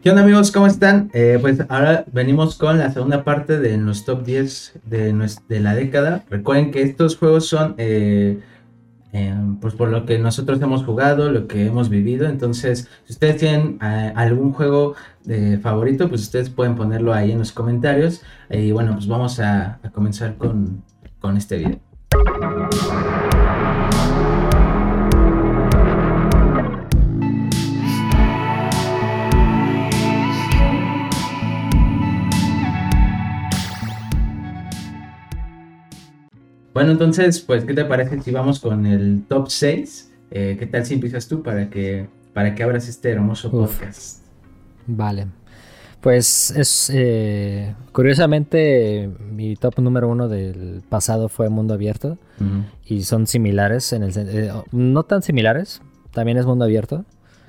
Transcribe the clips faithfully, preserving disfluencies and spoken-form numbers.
¿Qué onda amigos? ¿Cómo están? Eh, pues ahora venimos con la segunda parte de los top diez de, nues- de la década. Recuerden que estos juegos son eh, eh, pues por lo que nosotros hemos jugado, lo que hemos vivido. Entonces, si ustedes tienen eh, algún juego eh, favorito, pues ustedes pueden ponerlo ahí en los comentarios. Eh, y bueno, pues vamos a, a comenzar con, con este video. Bueno, entonces, pues, ¿qué te parece si vamos con el top seis? Eh, ¿qué tal si empiezas tú para que, para que abras este hermoso Uf, podcast? vale. Pues es eh, curiosamente mi top número uno del pasado fue Mundo Abierto Ujú. y son similares en el sen- eh, no tan similares, también es Mundo Abierto.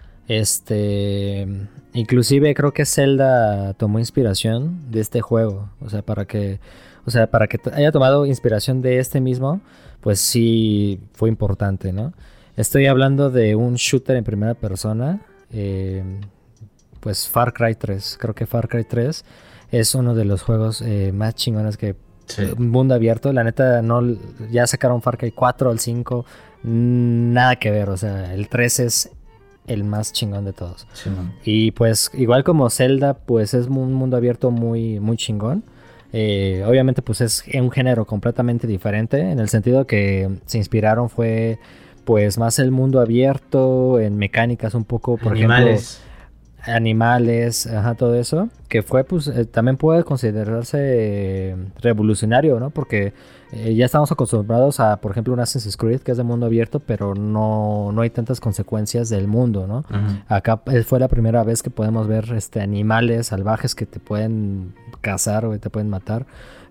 Este, inclusive creo que Zelda tomó inspiración de este juego, o sea, para que, o sea, para que t- haya tomado inspiración de este mismo, pues sí fue importante, ¿no? Estoy hablando de un shooter en primera persona. eh, pues Far Cry tres. Creo que Far Cry tres es uno de los juegos eh, más chingones que Sí, mundo abierto. La neta, no, ya sacaron Far Cry cuatro, el cinco, nada que ver. O sea, el tres es el más chingón de todos. sí, man. Y pues, igual como Zelda, pues es un mundo abierto muy, muy chingón. Eh, obviamente, pues es un género completamente diferente, en el sentido que se inspiraron fue pues más el mundo abierto, en mecánicas un poco, por ejemplo, Animales. animales, ajá, todo eso, que fue, pues, eh, también puede considerarse eh, revolucionario, ¿no? Porque eh, ya estamos acostumbrados a, por ejemplo, un Assassin's Creed que es de mundo abierto, pero no, no hay tantas consecuencias del mundo, ¿no? Ujú. Acá eh, fue la primera vez que podemos ver este, animales salvajes que te pueden cazar o te pueden matar.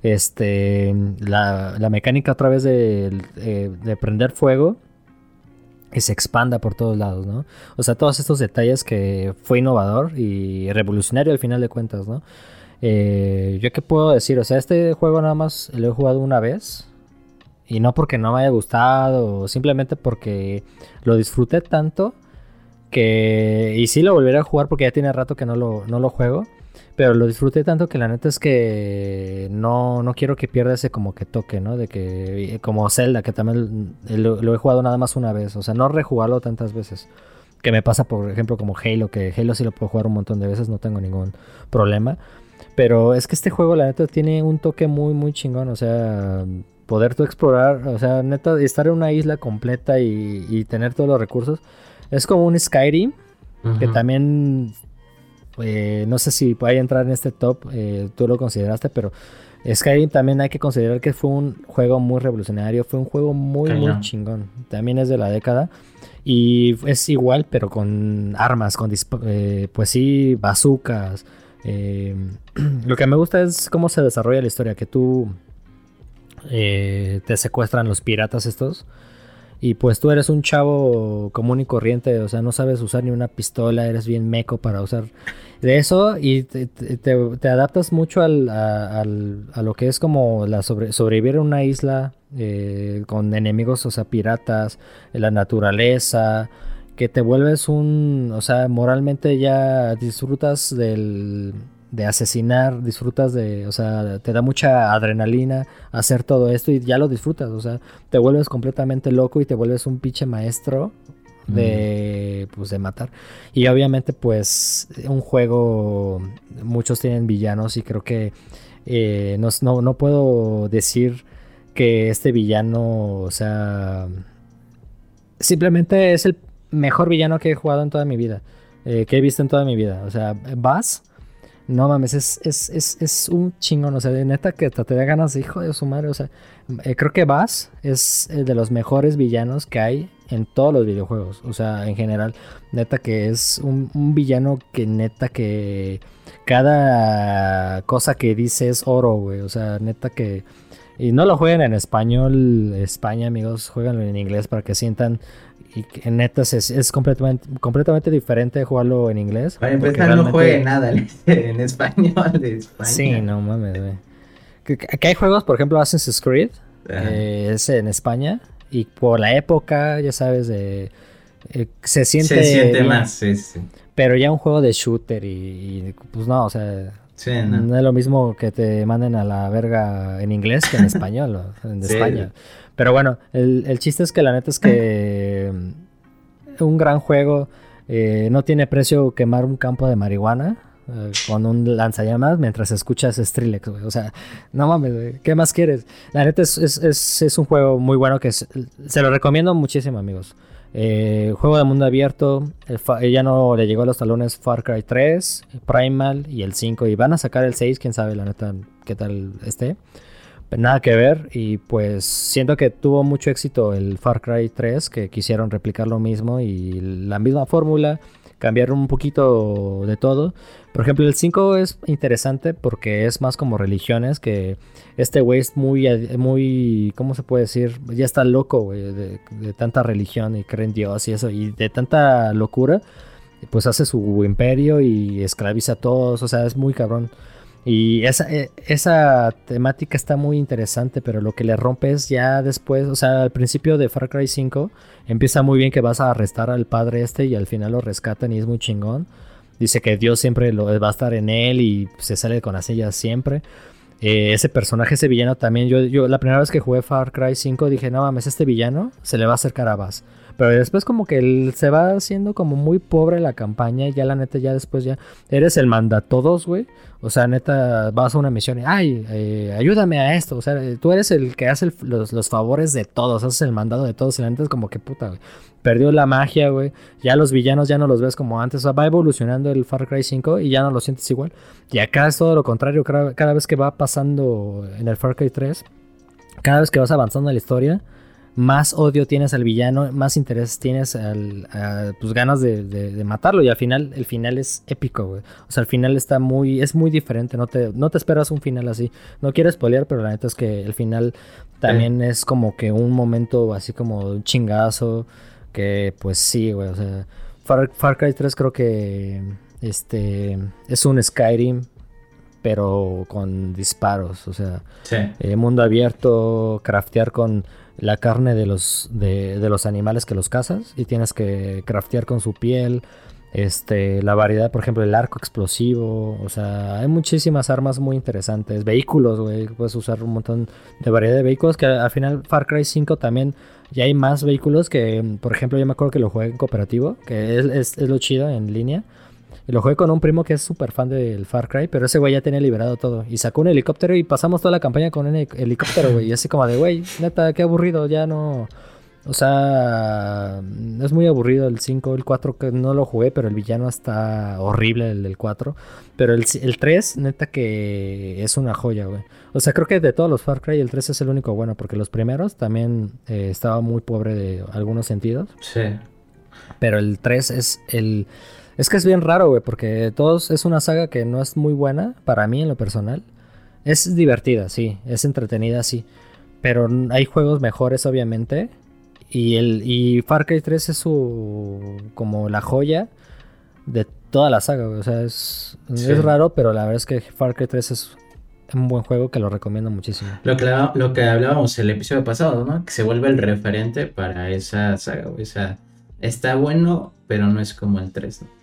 Este, la, la mecánica otra vez de, eh, de prender fuego y se expanda por todos lados, ¿no? O sea, todos estos detalles que fue innovador y revolucionario al final de cuentas, ¿no? Eh, ¿yo qué puedo decir? O sea, este juego nada más lo he jugado una vez y no porque no me haya gustado, simplemente porque lo disfruté tanto que... Y sí lo volveré a jugar porque ya tiene rato que no lo, no lo juego. Pero lo disfruté tanto que la neta es que no, no quiero que pierda ese como que toque, ¿no? De que, como Zelda, que también lo, lo he jugado nada más una vez. O sea, no rejugarlo tantas veces. Que me pasa, por ejemplo, como Halo, que Halo sí lo puedo jugar un montón de veces, no tengo ningún problema. Pero es que este juego, la neta, tiene un toque muy, muy chingón. O sea, poder tú explorar, o sea, neta, estar en una isla completa y, y tener todos los recursos. Es como un Skyrim, que Ujú. también eh, no sé si puede entrar en este top, eh, tú lo consideraste, pero Skyrim también hay que considerar que fue un juego muy revolucionario, fue un juego muy, muy Cañón. chingón. También es de la década y es igual, pero con armas, con disp- eh, pues sí, bazucas. eh, lo que me gusta es cómo se desarrolla la historia, que tú eh, te secuestran los piratas estos. Y pues tú eres un chavo común y corriente, o sea, no sabes usar ni una pistola, eres bien meco para usar de eso y te, te- te- te adaptas mucho al, a, al- a lo que es como la sobre- sobrevivir en una isla eh, con enemigos, o sea, piratas, en la naturaleza, que te vuelves un, o sea, moralmente ya disfrutas del, de asesinar, disfrutas de, o sea, te da mucha adrenalina hacer todo esto y ya lo disfrutas, o sea te vuelves completamente loco y te vuelves un pinche maestro Ujú. de, pues, de matar. Y obviamente, pues, un juego, muchos tienen villanos y creo que eh, no, no, no puedo decir que este villano, o sea, simplemente es el mejor villano que he jugado en toda mi vida, eh, que he visto en toda mi vida. O sea, Bass. No mames, es, es, es, es un chingón, o sea, de neta que te, te da ganas de hijo de su madre, o sea, eh, creo que Bass es eh, de los mejores villanos que hay en todos los videojuegos, o sea, en general, neta que es un, un villano que neta que cada cosa que dice es oro, güey, o sea, neta que... Y no lo jueguen en español, España, amigos, jueganlo en inglés para que sientan y que neta es, es completamente, completamente diferente jugarlo en inglés, Para porque empezar, no juegue realmente nada en, en español de sí, España. no mames, güey. Que, que- que hay juegos, por ejemplo, Assassin's Creed, Ajá. que es en España, y por la época, ya sabes, de, eh, se Se siente siente bien. más, sí, sí. Pero ya un juego de shooter y, y, pues no, o sea, Sí, no. no es lo mismo que te manden a la verga en inglés que en español, o en Sí. España. Pero bueno, el, el chiste es que la neta es que mm, un gran juego, eh, no tiene precio quemar un campo de marihuana eh, con un lanzallamas mientras escuchas Skrillex, güey. O sea, no mames, güey, ¿qué más quieres? La neta es, es, es, es un juego muy bueno que es- se lo recomiendo muchísimo, amigos. Eh, juego de mundo abierto, el fa- ya no le llegó a los talones Far Cry tres, Primal y el cinco, y van a sacar el seis, quién sabe la neta qué tal esté. Pero nada que ver, y pues siento que tuvo mucho éxito el Far Cry tres, que quisieron replicar lo mismo y la misma fórmula, cambiar un poquito de todo. Por ejemplo, el cinco es interesante porque es más como religiones, que este güey es muy, ad- muy, ¿cómo se puede decir? Ya está loco, güey, de, de tanta religión y cree en Dios y eso, y de tanta locura, pues hace su imperio y esclaviza a todos, o sea, es muy cabrón. Y esa, e- esa temática está muy interesante, pero lo que le rompe es ya después, o sea, al principio de Far Cry cinco empieza muy bien que vas a arrestar al padre este y al final lo rescatan y es muy chingón. Dice que Dios siempre lo, va a estar en él y se sale con las ellas siempre. Eh, ese personaje, ese villano también, yo, yo la primera vez que jugué Far Cry cinco dije, no mames, este villano se le va a acercar a Bass. Pero después como que él se va haciendo como muy pobre la campaña y ya la neta ya después ya eres el mandatodos, güey. O sea, neta, vas a una misión y, ay, eh, ayúdame a esto. O sea, eh, tú eres el que hace el- los, los favores de todos, haces el mandado de todos y la neta es como que puta, güey. Perdió la magia, güey. Ya los villanos ya no los ves como antes. O sea, va evolucionando el Far Cry cinco y ya no lo sientes igual. Y acá es todo lo contrario. Cada, cada vez que va pasando en el Far Cry tres, cada vez que vas avanzando en la historia, más odio tienes al villano, más interés tienes al, a, pues ganas de, de, de matarlo. Y al final, el final es épico, güey. O sea, el final está muy, es muy diferente. No te, no te esperas un final así. No quiero spoilear, pero la neta es que el final también Sí. es como que un momento así como un chingazo. Que pues sí, güey. O sea, Far, Far Cry tres creo que este es un Skyrim, pero con disparos. O sea, Sí. eh, mundo abierto, craftear con la carne de los, de, de los animales que los cazas y tienes que craftear con su piel. Este, la variedad, por ejemplo, el arco explosivo, o sea, hay muchísimas armas muy interesantes, vehículos, güey, puedes usar un montón de variedad de vehículos, que al final Far Cry cinco también ya hay más vehículos que, por ejemplo, yo me acuerdo que lo jugué en cooperativo, que es, es, es lo chido en línea. Y lo jugué con un primo que es súper fan del Far Cry, pero ese güey ya tenía liberado todo. Y sacó un helicóptero y pasamos toda la campaña con un heli- helicóptero, güey. Y así como de, güey, neta, qué aburrido, ya no... O sea, es muy aburrido el cinco, el cuatro que no lo jugué, pero el villano está horrible, el del cuatro. Pero el, el tres, neta que es una joya, güey. O sea, creo que de todos los Far Cry, el tres es el único bueno, porque los primeros también eh, estaba muy pobre de algunos sentidos. Sí. Pero el tres es el... Es que es bien raro, güey, porque todos es una saga que no es muy buena para mí en lo personal. Es divertida, sí, es entretenida, sí. Pero n- hay juegos mejores, obviamente. Y el y Far Cry tres es su como la joya de toda la saga, güey. O sea, es, Sí. es raro, pero la verdad es que Far Cry tres es un buen juego que lo recomiendo muchísimo. Lo que, lo que hablábamos el episodio pasado, ¿no? Que se vuelve el referente para esa saga, güey. O sea, está bueno, pero no es como el tres, ¿no?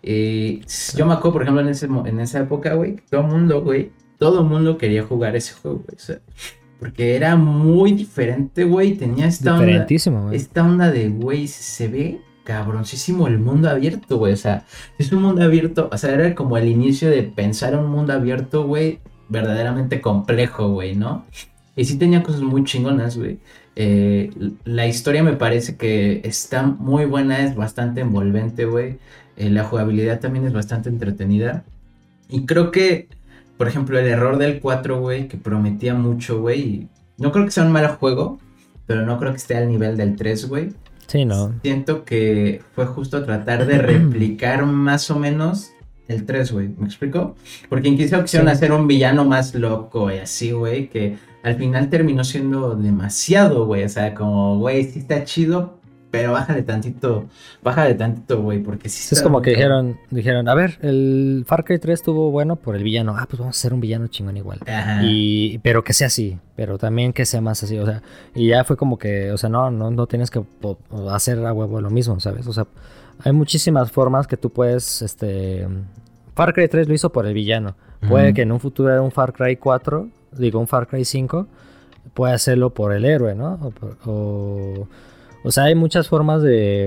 Y yo me acuerdo, por ejemplo, en, ese, mo- en esa época, güey, todo el mundo, güey, todo el mundo quería jugar ese juego, güey. O sea, porque era muy diferente, güey. Tenía esta onda, Diferentísimo, güey. esta onda de, güey, se ve cabroncísimo el mundo abierto, güey. O sea, es un mundo abierto, o sea, era como el inicio de pensar un mundo abierto, güey, verdaderamente complejo, güey, ¿no? Y sí tenía cosas muy chingonas, güey. Eh, la historia me parece que está muy buena, es bastante envolvente, güey. Eh, la jugabilidad también es bastante entretenida. Y creo que, por ejemplo, el error del cuatro, güey, que prometía mucho, güey. y No creo que sea un mal juego, pero no creo que esté al nivel del tres, güey. Sí, no. Siento que fue justo tratar de replicar más o menos el tres, güey. ¿Me explico? Porque incluso quisieron Sí. hacer un villano más loco y así, güey, que al final terminó siendo demasiado, güey. O sea, como, güey, sí está chido, pero bájale tantito, bájale tantito, güey, porque sí Sí, es está como muy que cabrón. dijeron, dijeron, a ver, el Far Cry tres estuvo bueno por el villano. Ah, pues vamos a hacer un villano chingón igual. Ajá. Y, pero que sea así, pero también que sea más así, o sea, y ya fue como que, o sea, no, no, no tienes que po- hacer a huevo lo mismo, ¿sabes? O sea, Hay muchísimas formas que tú puedes, este... Far Cry tres lo hizo por el villano. Puede Ujú. que en un futuro un Far Cry cuatro, digo un Far Cry cinco, puede hacerlo por el héroe, ¿no? O, por- o, o sea, hay muchas formas de,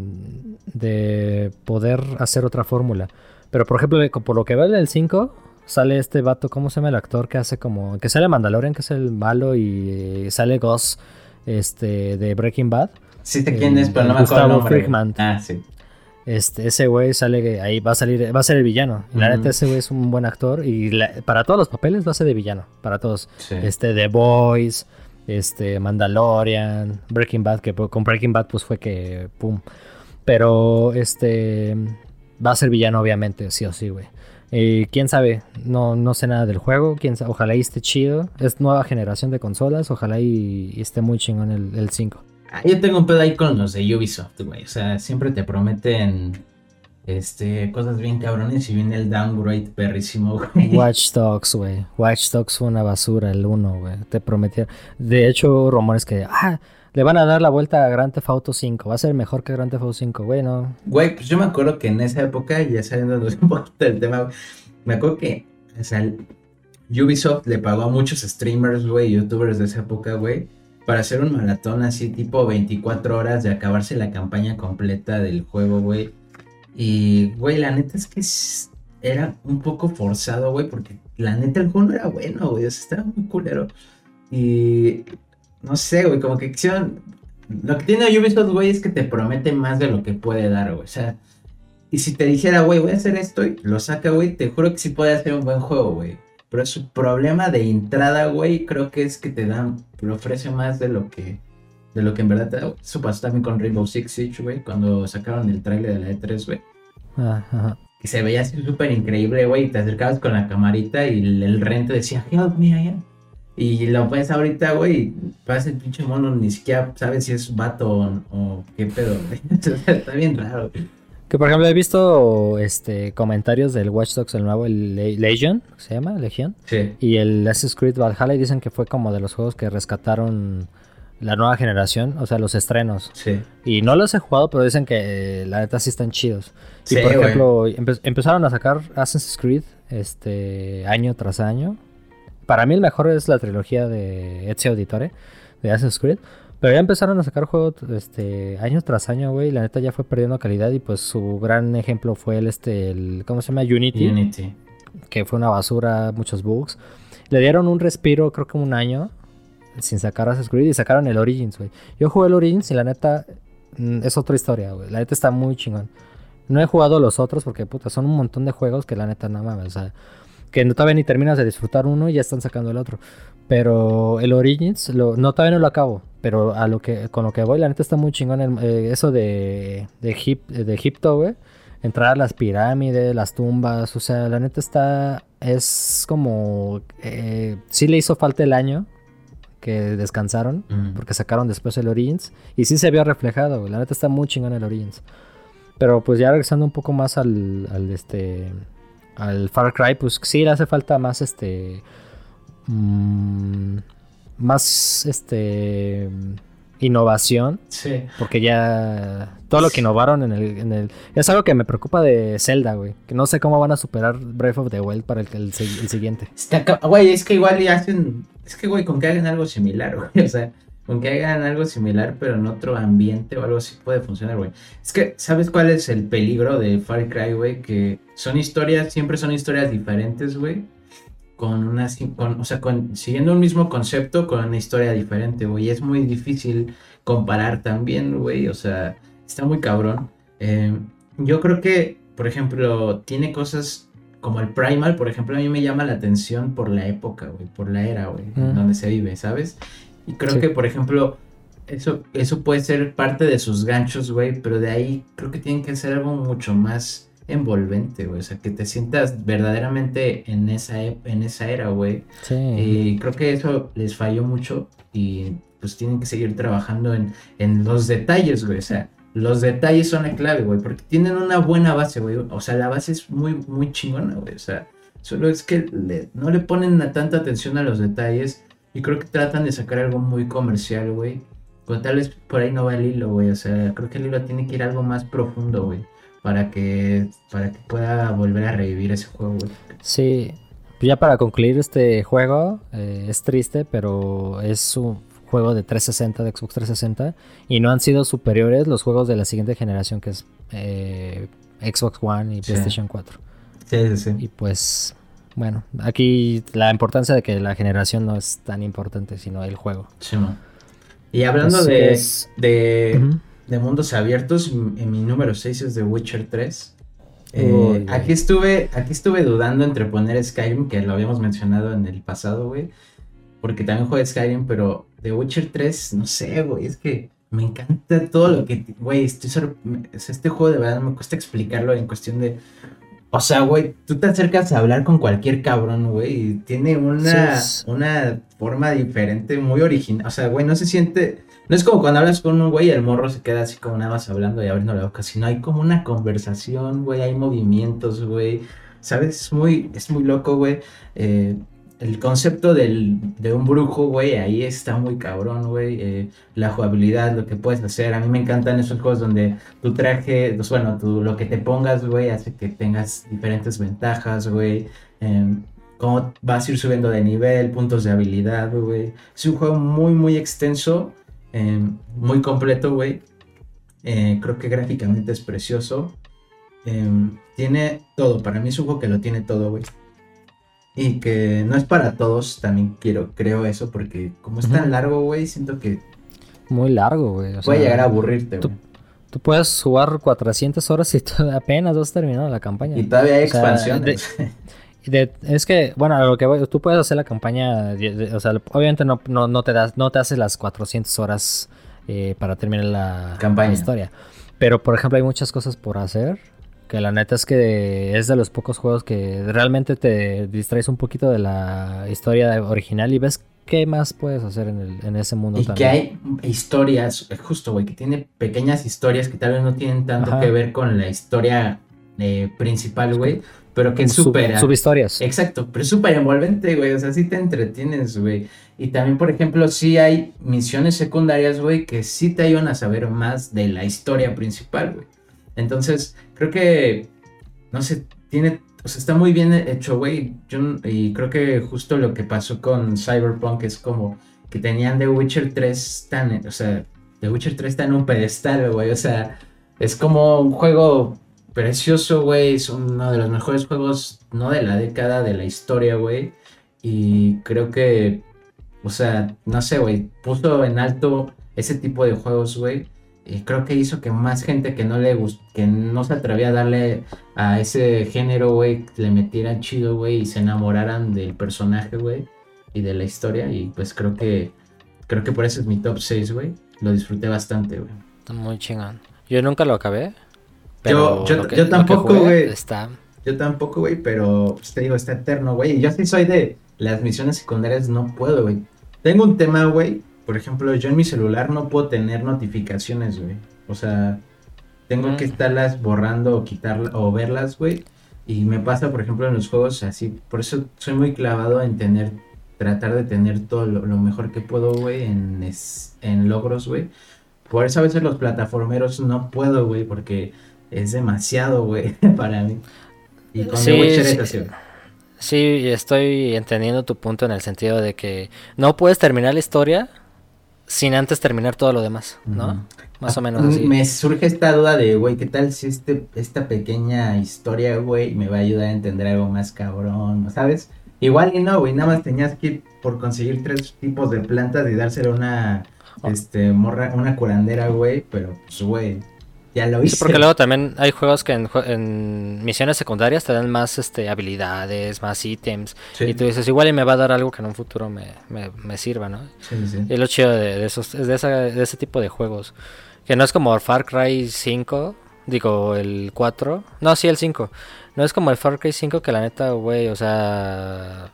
de poder hacer otra fórmula. Pero por ejemplo, por lo que veo en el cinco, sale este vato, ¿cómo se llama el actor que hace como... Que sale Mandalorian, que es el malo, y sale Ghost, este, de Breaking Bad. Sí sé quién es, El, pero no el me acuerdo el Gustavo nombre, güey. Frickman. Ah, sí. Este, ese güey sale, ahí va a salir, va a ser el villano. Y la neta, Ujú. ese güey es un buen actor. Y la- para todos los papeles va a ser de villano. Para todos. Sí. Este, The Boys, este, Mandalorian, Breaking Bad, que con Breaking Bad pues fue que pum. Pero este va a ser villano, obviamente, sí o sí, güey. Y quién sabe, no, no sé nada del juego. Quién sabe, ojalá y esté chido. Es nueva generación de consolas. Ojalá y, y esté muy chingón el, el cinco. Ah, yo tengo un pedo ahí con los de Ubisoft, güey. O sea, siempre te prometen este, cosas bien cabrones y viene el downgrade perrísimo, güey. Watch Dogs, güey. Watch Dogs fue una basura, el uno, güey. Te prometieron. De hecho, rumores que ah, le van a dar la vuelta a Grand Theft Auto cinco. Va a ser mejor que Grand Theft Auto cinco, güey, no. Güey, pues yo me acuerdo que en esa época, ya saliéndonos un poquito del tema, güey, me acuerdo que, o sea, el- Ubisoft le pagó a muchos streamers, güey, youtubers de esa época, güey, para hacer un maratón así tipo veinticuatro horas de acabarse la campaña completa del juego, güey. Y, güey, la neta es que s- era un poco forzado, güey, porque la neta el juego no era bueno, güey, o sea, estaba muy culero. Y no sé, güey, como que quisieron... Lo que tiene Ubisoft, güey, es que te promete más de lo que puede dar, güey. O sea, y si te dijera, güey, voy a hacer esto y lo saca, güey, te juro que sí puede hacer un buen juego, güey. Pero su problema de entrada, güey, creo que es que te dan, te ofrece más de lo que, de lo que en verdad te da. Eso pasó también con Rainbow Six Siege, güey, cuando sacaron el tráiler de la E tres, güey. Ah, ajá. Que se veía así súper increíble, güey, y te acercabas con la camarita y el, el rente decía, help me, I am. Y lo ves ahorita, güey, y pasa el pinche mono, ni siquiera sabes si es vato o, o qué pedo, güey. O sea, está bien raro, güey. Que por ejemplo he visto este comentarios del Watch Dogs, el nuevo, el Le- Legion, ¿se llama? Legion. Sí, Y el Assassin's Creed Valhalla y dicen que fue como de los juegos que rescataron la nueva generación, o sea, los estrenos. sí. Y no los he jugado, pero dicen que eh, la neta sí están chidos. Y Sí, por güey. ejemplo, empe- empezaron a sacar Assassin's Creed este año tras año. Para mí el mejor es la trilogía de Ezio Auditore, de Assassin's Creed. Pero ya empezaron a sacar juegos este, año tras año, güey. La neta ya fue perdiendo calidad y pues su gran ejemplo fue el, este, el ¿cómo se llama? Unity, Unity. que fue una basura, muchos bugs. Le dieron un respiro, creo que un año, sin sacar Assassin's Creed y sacaron el Origins, güey. Yo jugué el Origins y la neta mm, es otra historia, güey. La neta está muy chingón. No he jugado los otros porque, puta, son un montón de juegos que la neta no mames, o sea, que no todavía ni terminas de disfrutar uno y ya están sacando el otro. Pero el Origins, lo, no todavía no lo acabo, pero a lo que con lo que voy, la neta está muy chingón el- eh, eso de, de, Egip- de Egipto, güey. Entrar a las pirámides, las tumbas, o sea, la neta está, es como, eh, sí le hizo falta el año que descansaron, Mm. porque sacaron después el Origins, y sí se vio reflejado, güey. La neta está muy chingón el Origins. Pero pues ya regresando un poco más al, al este, al Far Cry, pues sí le hace falta más este, mm, más este, innovación. Sí. Porque ya todo lo que innovaron en el, en el... Es algo que me preocupa de Zelda, güey. Que no sé cómo van a superar Breath of the Wild para el, el, si- el siguiente. Está ca- güey, es que igual ya hacen. Es que, güey, con que hagan algo similar, güey. O sea, con que hagan algo similar, pero en otro ambiente o algo así puede funcionar, güey. Es que, ¿sabes cuál es el peligro de Far Cry, güey? Que son historias, siempre son historias diferentes, güey. Con una. sim- Con, o sea, con, siguiendo un mismo concepto con una historia diferente, güey. Es muy difícil comparar también, güey. O sea, está muy cabrón. Eh, yo creo que, por ejemplo, tiene cosas como el Primal, por ejemplo, a mí me llama la atención por la época, güey, por la era, güey, en Ujú. donde se vive, ¿sabes? Y creo Sí. que, por ejemplo, eso, eso puede ser parte de sus ganchos, güey, pero de ahí creo que tienen que ser algo mucho más envolvente, güey, o sea, que te sientas verdaderamente en esa, ep- en esa era, güey. Sí. Y creo que eso les falló mucho y pues tienen que seguir trabajando en, en los detalles, güey. O sea, los detalles son la clave, güey, porque tienen una buena base, güey. O sea, la base es muy, muy chingona, güey. O sea, solo es que le- no le ponen a tanta atención a los detalles y creo que tratan de sacar algo muy comercial, güey, pero tal vez por ahí no va el hilo, güey. O sea, creo que el hilo tiene que ir algo más profundo, güey. Para que, para que pueda volver a revivir ese juego, güey. Sí, ya para concluir este juego, eh, es triste, pero es un juego de trescientos sesenta, de Xbox trescientos sesenta, y no han sido superiores los juegos de la siguiente generación, que es eh, Xbox One y Sí. PlayStation cuatro. Sí, sí, sí. Y pues, bueno, aquí la importancia de que la generación no es tan importante, sino el juego. Sí, man. Y hablando Pues, si de, quieres- de, Ujú. de mundos abiertos, m- en mi número seis es The Witcher tres. Eh, Uy, güey. aquí estuve, aquí estuve dudando entre poner Skyrim, que lo habíamos mencionado en el pasado, güey. Porque también juego Skyrim, pero The Witcher tres, no sé, güey, es que me encanta todo lo que, güey, estoy sor- me- o sea, este juego de verdad me cuesta explicarlo en cuestión de, o sea, güey, tú te acercas a hablar con cualquier cabrón, güey, y tiene una, Sí, es- una forma diferente, muy original, o sea, güey, no se siente, no es como cuando hablas con un güey y el morro se queda así como nada más hablando y abriendo la boca, sino hay como una conversación, güey, hay movimientos, güey, ¿sabes? Es muy, es muy loco, güey. eh, el concepto del, de un brujo, güey, ahí está muy cabrón, güey. eh, la jugabilidad, lo que puedes hacer. A mí me encantan esos juegos donde tu traje, pues bueno, tu, lo que te pongas, güey, hace que tengas diferentes ventajas, güey. em, cómo vas a ir subiendo de nivel, puntos de habilidad, güey. Es un juego muy, muy extenso, em, muy completo, güey. Eh, creo que gráficamente es precioso. Em, tiene todo, para mí es un juego que lo tiene todo, güey. Y que no es para todos, también quiero, creo eso, porque como es tan Ujú. largo, güey, siento que Muy largo, güey. O puede llegar a sea, aburrirte, tú, güey. tú puedes jugar cuatrocientas horas y tú apenas has terminado la campaña. Y todavía hay O sea, de, expansiones. de- es que, bueno, a lo que voy, tú puedes hacer la campaña, de- de- o sea, obviamente no, no, no te das, no te haces las cuatrocientas horas eh, para terminar la, Campaña. la historia. Pero, por ejemplo, hay muchas cosas por hacer. Que la neta es que es de los pocos juegos que realmente te distraes un poquito de la historia original y ves qué más puedes hacer en, el, en ese mundo Y que también. hay historias, justo, güey, que tiene pequeñas historias que tal vez no tienen tanto Ajá. que ver con la historia eh, principal, güey, pero que es Sub, súper... subhistorias. Exacto, pero es súper envolvente, güey, o sea, sí te entretienes, güey. Y también, por ejemplo, sí hay misiones secundarias, güey, que sí te ayudan a saber más de la historia principal, güey. Entonces, creo que, no sé, tiene, o sea, está muy bien hecho, güey. Yo, y creo que justo lo que pasó con Cyberpunk es como que tenían The Witcher tres tan, o sea, The Witcher tres está en un pedestal, güey. O sea, es como un juego precioso, güey. Es uno de los mejores juegos, no de la década, de la historia, güey. Y creo que, o sea, no sé, güey, puso en alto ese tipo de juegos, güey. Y creo que hizo que más gente que no le gust que no se atrevía a darle a ese género, güey, le metieran chido, güey, y se enamoraran del personaje, güey, y de la historia. Y pues creo que, creo que por eso es mi top seis, güey. Lo disfruté bastante, güey. Está muy chingón. Yo nunca lo acabé. Yo, Pero yo, lo que, yo lo que tampoco, jugué güey. está. Yo tampoco, güey, pero pues, te digo, está eterno, güey. Y yo sí soy de las misiones secundarias, no puedo, güey. Tengo un tema, güey. Por ejemplo, yo en mi celular no puedo tener notificaciones, güey. O sea, tengo que Mm. estarlas borrando o quitarlas o verlas, güey. Y me pasa, por ejemplo, en los juegos así. Por eso soy muy clavado en tener, tratar de tener todo lo, lo mejor que puedo, güey, en, es- en logros, güey. Por eso a veces los plataformeros no puedo, güey, porque es demasiado, güey, para mí. Y con The Sí, Witcher es sí, así, güey. sí, estoy entendiendo tu punto en el sentido de que no puedes terminar la historia sin antes terminar todo lo demás, ¿no? Ujú. Más Ah, o menos así. me surge esta duda de, güey, ¿qué tal si este, esta pequeña historia, güey, me va a ayudar a entender algo más cabrón, ¿sabes? Igual y no, güey, nada más tenías que ir por conseguir tres tipos de plantas y dárselo a una, Oh. este, morra, una curandera, güey, pero, pues, güey, ya lo Sí, hice. porque luego también hay juegos que en, jue- en misiones secundarias te dan más este habilidades, más ítems. Sí, Y tú dices, igual y me va a dar algo que en un futuro me, me, me sirva, ¿no? sí, sí, Y sí. es lo chido de, de esos, es de, esa, de ese tipo de juegos. Que no es como el Far Cry cinco, digo, el cuatro. No, sí, el cinco. No es como el Far Cry cinco que la neta, güey, o sea...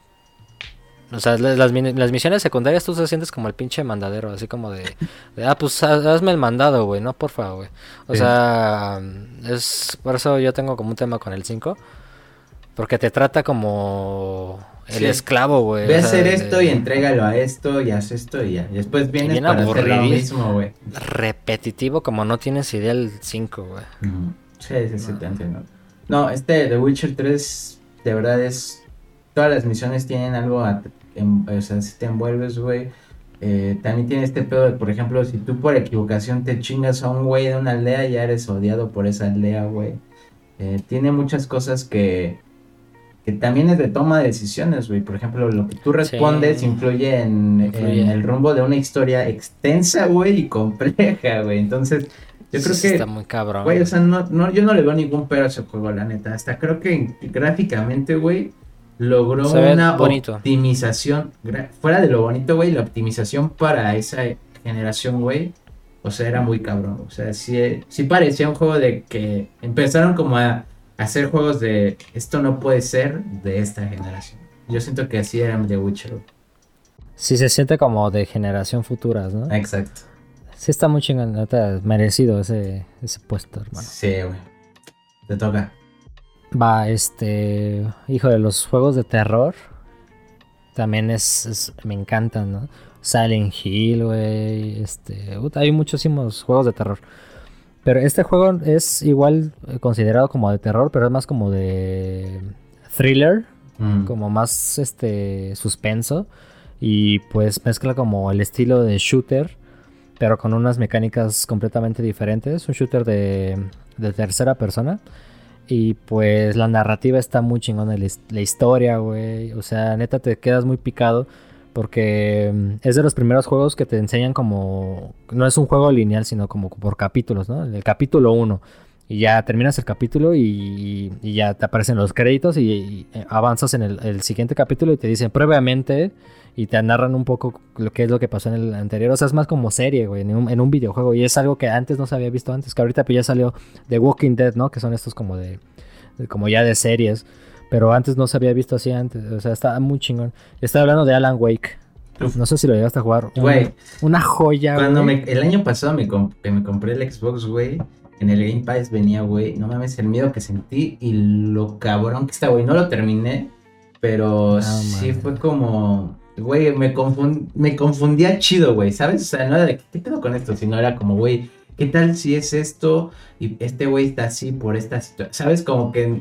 O sea, la- las, mini- las misiones secundarias tú te sientes como el pinche mandadero, así como de... de, ah, pues ha- hazme el mandado, güey, no, por favor, güey. O Sí. sea, es... Por eso yo tengo como un tema con el cinco. Porque te trata como el Sí. esclavo, güey. Ve a O sea, hacer de- esto y entrégalo a esto y haz esto y ya. Y después vienes bien para hacer lo aburridís- mismo, güey. repetitivo como no tienes idea el cinco, güey. Ujú. Sí, sí, sí, te entiendo. No, este The Witcher tres, de verdad es. Todas las misiones tienen algo. A- en- o sea, si te envuelves, güey. Eh, también tiene este pedo de, por ejemplo, si tú por equivocación te chingas a un güey de una aldea, ya eres odiado por esa aldea, güey. Eh, tiene muchas cosas que. Que también es de toma de decisiones, güey. Por ejemplo, lo que tú respondes Sí, influye en, influye. en el rumbo de una historia extensa, güey, y compleja, güey. Entonces, yo Sí, creo sí que, está muy cabrón. güey, o sea, no, no, yo no le veo ningún pero a ese juego, la neta. Hasta creo que gráficamente, güey, logró Se ve una bonito. optimización. gra- Fuera de lo bonito, güey, la optimización para esa generación, güey. O sea, era muy cabrón. O sea, sí, sí parecía un juego de que empezaron como a hacer juegos de esto no puede ser de esta generación. Yo siento que así era The Witcher. güey. Sí se siente como de generación futuras, ¿no? Exacto. Sí está muy chingón, neta, merecido ese, ese puesto, hermano. Sí, güey. Te toca. Va, este... Hijo de los juegos de terror. También es... es- me encantan, ¿no? Silent Hill, güey. Este... puta, hay muchísimos juegos de terror. Pero este juego es igual eh, considerado como de terror, pero es más como de thriller, Mm. como más este suspenso. Y pues mezcla como el estilo de shooter, pero con unas mecánicas completamente diferentes. Un shooter de, de tercera persona. Y pues la narrativa está muy chingona, la, his- la historia, güey. O sea, neta te quedas muy picado porque mm, es de los primeros juegos que te enseñan como... No es un juego lineal, sino como por capítulos, ¿no? El capítulo uno. Y ya terminas el capítulo y, y ya te aparecen los créditos y, y avanzas en el, el siguiente capítulo y te dicen previamente y te narran un poco lo que es lo que pasó en el anterior. O sea, es más como serie, güey, en un, en un videojuego. Y es algo que antes no se había visto antes, que ahorita pues ya salió The Walking Dead, ¿no? Que son estos como de, de- como ya de series. Pero antes no se había visto así antes. O sea, está muy chingón. Estaba hablando de Alan Wake. Uf. No sé si lo llegaste a jugar. Un- Güey. Una joya, Cuando güey. me, el año pasado me, comp- que me compré el Xbox, güey, en el Game Pass venía, güey, no mames, el miedo que sentí y lo cabrón que está, güey. No lo terminé, pero No, sí man. fue como, güey, me, confun- me confundía chido, güey, ¿sabes? O sea, no era de, ¿qué pedo con esto? Sino era como, güey, ¿qué tal si es esto y este güey está así por esta situación? ¿Sabes? Como que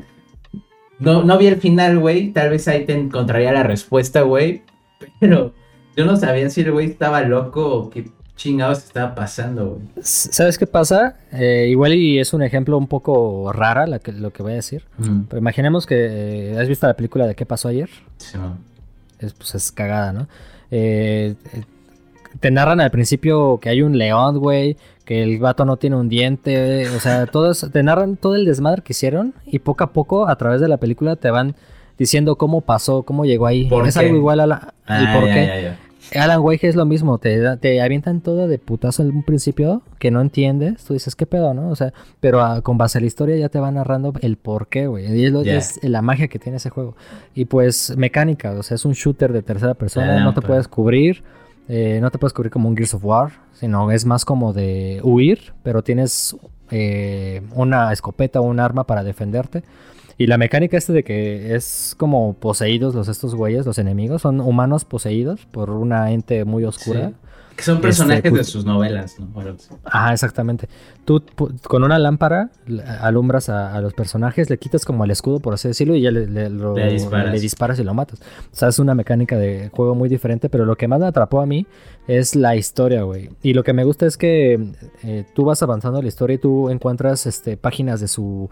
no, no vi el final, güey, tal vez ahí te encontraría la respuesta, güey, pero yo no sabía si el güey estaba loco o qué chingados estaba pasando, güey. ¿Sabes qué pasa? Eh, igual y es un ejemplo un poco rara la que, lo que voy a decir. Mm, Pero imaginemos que eh, has visto la película de ¿Qué pasó ayer? sí, no. Es, pues es cagada, ¿no? Eh, eh, te narran al principio que hay un león, güey, que el vato no tiene un diente, o sea, todos, te narran todo el desmadre que hicieron y poco a poco a través de la película te van diciendo cómo pasó, cómo llegó ahí. ¿Por es qué? algo igual a la, el Ah, por ya, qué. ya, ya. Alan Wake es lo mismo, te, da- te avientan todo de putazo en un principio que no entiendes, tú dices, ¿qué pedo, no? O sea, pero ah, con base a la historia ya te van narrando el por qué, güey. Y es, lo- Ya. es la magia que tiene ese juego. Y pues mecánica, o sea, es un shooter de tercera persona, La no te lámpara. puedes cubrir, eh, no te puedes cubrir como un Gears of War, sino es más como de huir, pero tienes eh, una escopeta o un arma para defenderte. Y la mecánica este de que es como poseídos los estos güeyes, los enemigos, son humanos poseídos por una ente muy oscura. Sí. Que son personajes Este, de pues- sus novelas, ¿no? O algo así. Ajá, exactamente. Tú pu- con una lámpara l- alumbras a, a los personajes, le quitas como el escudo, por así decirlo, y ya le, le- lo- Le disparas. le disparas y lo matas. O sea, es una mecánica de juego muy diferente, pero lo que más me atrapó a mí es la historia, güey. Y lo que me gusta es que eh, tú vas avanzando en la historia y tú encuentras este, páginas de su...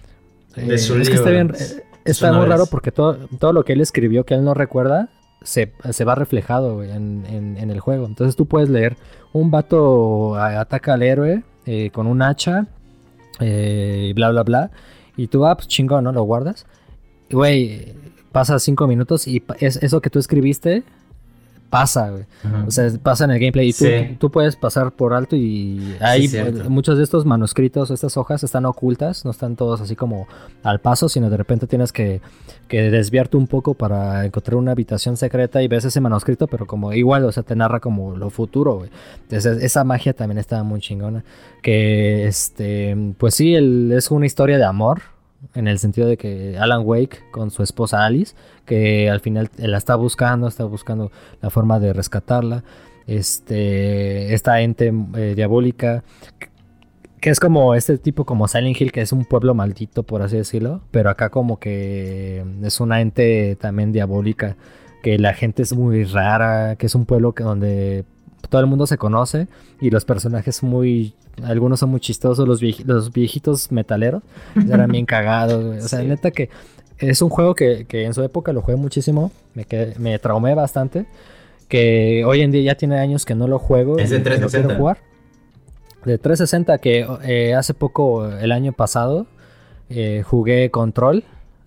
De eh, su es que libro, está bien... de eh, sus Está muy novelas. raro porque todo, todo lo que él escribió que él no recuerda se, se va reflejado güey, en, en- en el juego. Entonces tú puedes leer un vato a- ataca al héroe eh, con un hacha eh, y bla bla bla. Y tú, ah, pues chingón, ¿no? Lo guardas. Y, güey, pasa cinco minutos y pa- es, eso que tú escribiste pasa, güey. Ajá. O sea, pasa en el gameplay y tú, Sí. tú puedes pasar por alto y hay cierto. eh, muchos de estos manuscritos, estas hojas están ocultas, no están todos así como al paso, sino de repente tienes que, que desviarte un poco para encontrar una habitación secreta y ves ese manuscrito, pero como igual, o sea, te narra como lo futuro, güey. Entonces, esa magia también estaba muy chingona. Que, este, pues sí, el- es una historia de amor. en el sentido de que Alan Wake con su esposa Alice, que al final la está buscando, está buscando la forma de rescatarla, este, esta ente eh, diabólica, que es como este tipo como Silent Hill, que es un pueblo maldito, por así decirlo, pero acá como que es una ente también diabólica, que la gente es muy rara, que es un pueblo que donde todo el mundo se conoce y los personajes muy, algunos son muy chistosos, los, vieji- los viejitos metaleros eran bien cagados, güey. O sea, Sí. neta que es un juego que, que en su época lo jugué muchísimo, me, quedé- me traumé bastante, que hoy en día ya tiene años que no lo juego Es de y que lo quiero trescientos sesenta. jugar. De trescientos sesenta que eh, hace poco, el año pasado, eh, jugué Control,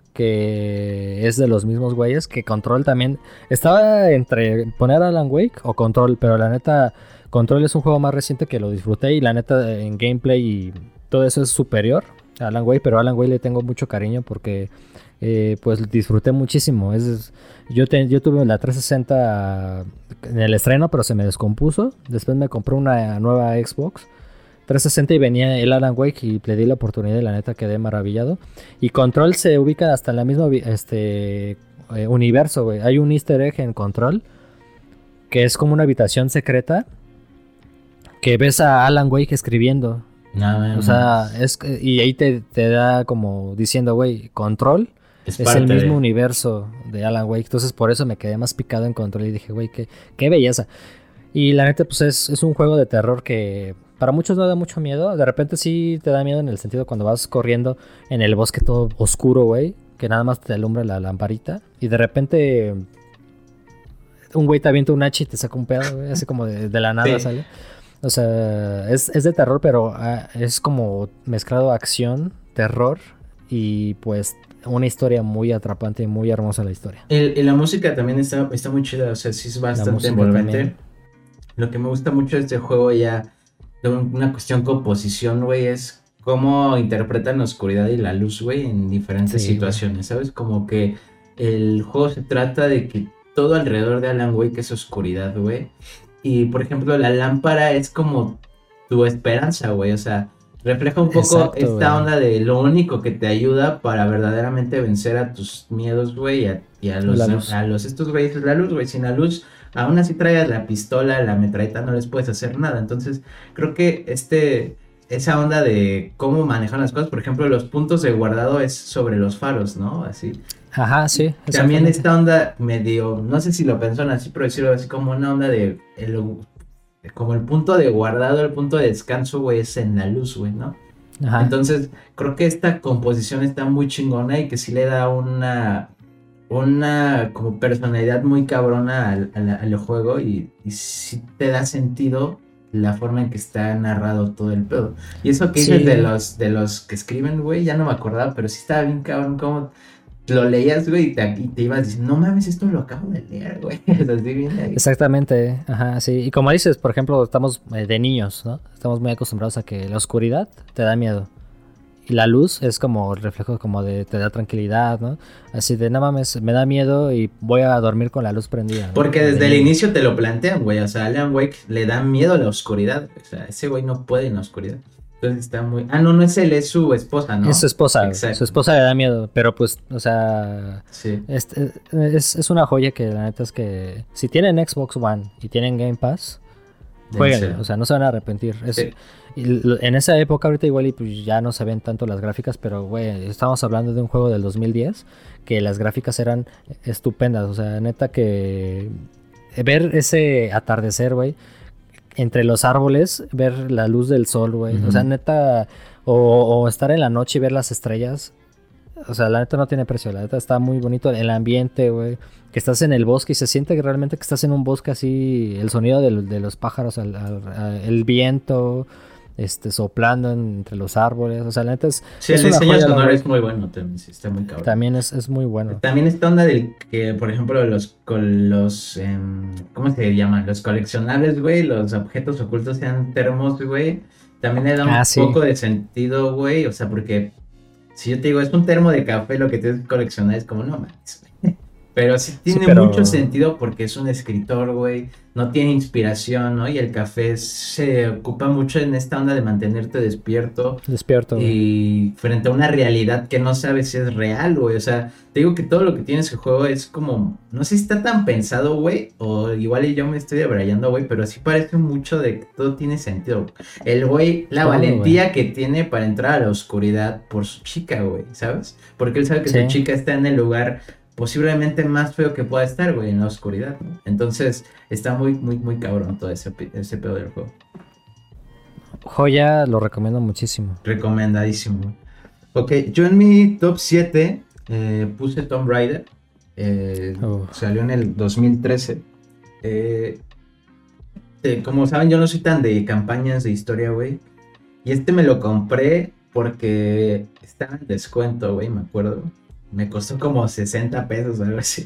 que es de los mismos güeyes, que Control también estaba entre poner Alan Wake o Control, pero la neta, Control es un juego más reciente que lo disfruté y la neta en gameplay y todo eso es superior a Alan Wake, pero a Alan Wake le tengo mucho cariño porque eh, pues disfruté muchísimo. Es, yo, te- yo tuve la trescientos sesenta en el estreno, pero se me descompuso. Después me compré una nueva Xbox trescientos sesenta y venía el Alan Wake y le di la oportunidad y la neta quedé maravillado. Y Control se ubica hasta en la misma vi- este, eh, universo, güey. Hay un easter egg en Control que es como una habitación secreta que ves a Alan Wake escribiendo. Nada O sea, más. es que- y ahí te, te da como diciendo, güey, Control Es es el parte mismo de. universo de Alan Wake. Entonces por eso me quedé más picado en Control y dije, güey, qué, qué belleza. Y la neta, pues es, es un juego de terror que para muchos no da mucho miedo. De repente sí te da miedo en el sentido cuando vas corriendo en el bosque todo oscuro, güey. Que nada más te alumbra la lamparita. Y de repente un güey te avienta un hacha y te saca un pedo, güey. Así como de, de la nada Sí. sale. O sea, es, es de terror, pero ah, es como mezclado acción, terror y pues una historia muy atrapante y muy hermosa la historia. El- y la música también está, está muy chida, o sea, sí es La bastante música envolvente. también. Lo que me gusta mucho de este juego ya, de un- una cuestión composición, güey, es cómo interpretan la oscuridad y la luz, güey, en diferentes Sí, güey. situaciones, ¿sabes? Como que el juego se trata de que todo alrededor de Alan Wake es oscuridad, güey. Y, por ejemplo, la lámpara es como tu esperanza, güey, o sea, refleja un poco Exacto, esta güey. onda de lo único que te ayuda para verdaderamente vencer a tus miedos, güey, y a, y a los, La luz. a los estos güeyes es la luz, güey, sin la luz aún así traigas la pistola, la metralleta, no les puedes hacer nada. Entonces, creo que este, esa onda de cómo manejan las cosas, por ejemplo, los puntos de guardado es sobre los faros, ¿no? Así. Ajá, sí, También exactamente. esta onda medio, no sé si lo pensaron así, pero decirlo así como una onda de, el- como el punto de guardado, el punto de descanso, güey, es en la luz, güey, ¿no? Ajá. Entonces, creo que esta composición está muy chingona y que sí le da una, una como personalidad muy cabrona al, al, al juego y, y sí te da sentido la forma en que está narrado todo el pedo. Y eso que dices de Sí, los, de los que escriben, güey, ya no me acordaba, pero sí estaba bien cabrón como lo leías, güey, y te, y te ibas diciendo, no mames, esto lo acabo de leer, güey. O sea, sí viene ahí. exactamente. Ajá, sí. Y como dices, por ejemplo, estamos eh, de niños, ¿no? Estamos muy acostumbrados a que la oscuridad te da miedo. Y la luz es como el reflejo como de te da tranquilidad, ¿no? Así de, no mames, me da miedo y voy a dormir con la luz prendida, ¿no? Porque De desde el niño. inicio te lo plantean, güey. O sea, Alan Wake le da miedo a la oscuridad. O sea, ese güey no puede en la oscuridad. Entonces está muy. Ah, no, no es él, es su esposa, Es su ¿no? esposa, güey. Su Exacto. esposa le da miedo, pero pues, o sea, Sí. este, es, es una joya que la neta es que si tienen Xbox One y tienen Game Pass, jueguenlo, Dénselo. o sea, no se van a arrepentir. Es, Sí. y lo- en esa época ahorita igual y pues ya no se ven tanto las gráficas, pero güey, estamos hablando de un juego del dos mil diez que las gráficas eran estupendas, o sea, neta que ver ese atardecer, güey, entre los árboles, ver la luz del sol, güey, Ujú. o sea, neta, o, o estar en la noche y ver las estrellas, o sea, la neta no tiene precio, la neta está muy bonito el ambiente, güey. Que estás en el bosque y se siente que realmente que estás en un bosque así, el sonido del- de, los pájaros, al- al- al- el viento, este, soplando en- entre los árboles. O sea, la neta es, Sí, es el una diseño joya, Alan sonoro es Wake. muy bueno también. Sí, está muy cabrón. También es, es muy bueno. También esta onda del que, por ejemplo, los, con los, em, ¿cómo se llaman? Los coleccionables, güey, los objetos ocultos sean termos, güey. También le da un Ah, sí. poco de sentido, güey. O sea, porque si yo te digo, es un termo de café lo que tienes que coleccionar, es como, no mames, güey. Pero sí Sí, tiene pero mucho sentido porque es un escritor, güey. No tiene inspiración, ¿no? Y el café se ocupa mucho en esta onda de mantenerte despierto despierto, güey. y frente a una realidad que no sabes si es real, güey. O sea, te digo que todo lo que tiene ese juego es como, no sé si está tan pensado, güey, o igual y yo me estoy debrayando, güey, pero sí parece mucho de que todo tiene sentido. El güey, la Todo, güey. valentía que tiene para entrar a la oscuridad por su chica, güey, ¿sabes? Porque él sabe que su Sí. chica está en el lugar posiblemente más feo que pueda estar, güey, en la oscuridad, ¿no? Entonces, está muy, muy, muy cabrón todo ese, ese pedo del juego. Joya, lo recomiendo muchísimo. Recomendadísimo. Ok, yo en mi top siete eh, puse Tomb Raider. Eh, Uf. salió en el dos mil trece. Eh, eh, como saben, yo no soy tan de campañas de historia, güey. Y este me lo compré porque estaba en descuento, güey, me acuerdo. Me costó como sesenta pesos, algo así.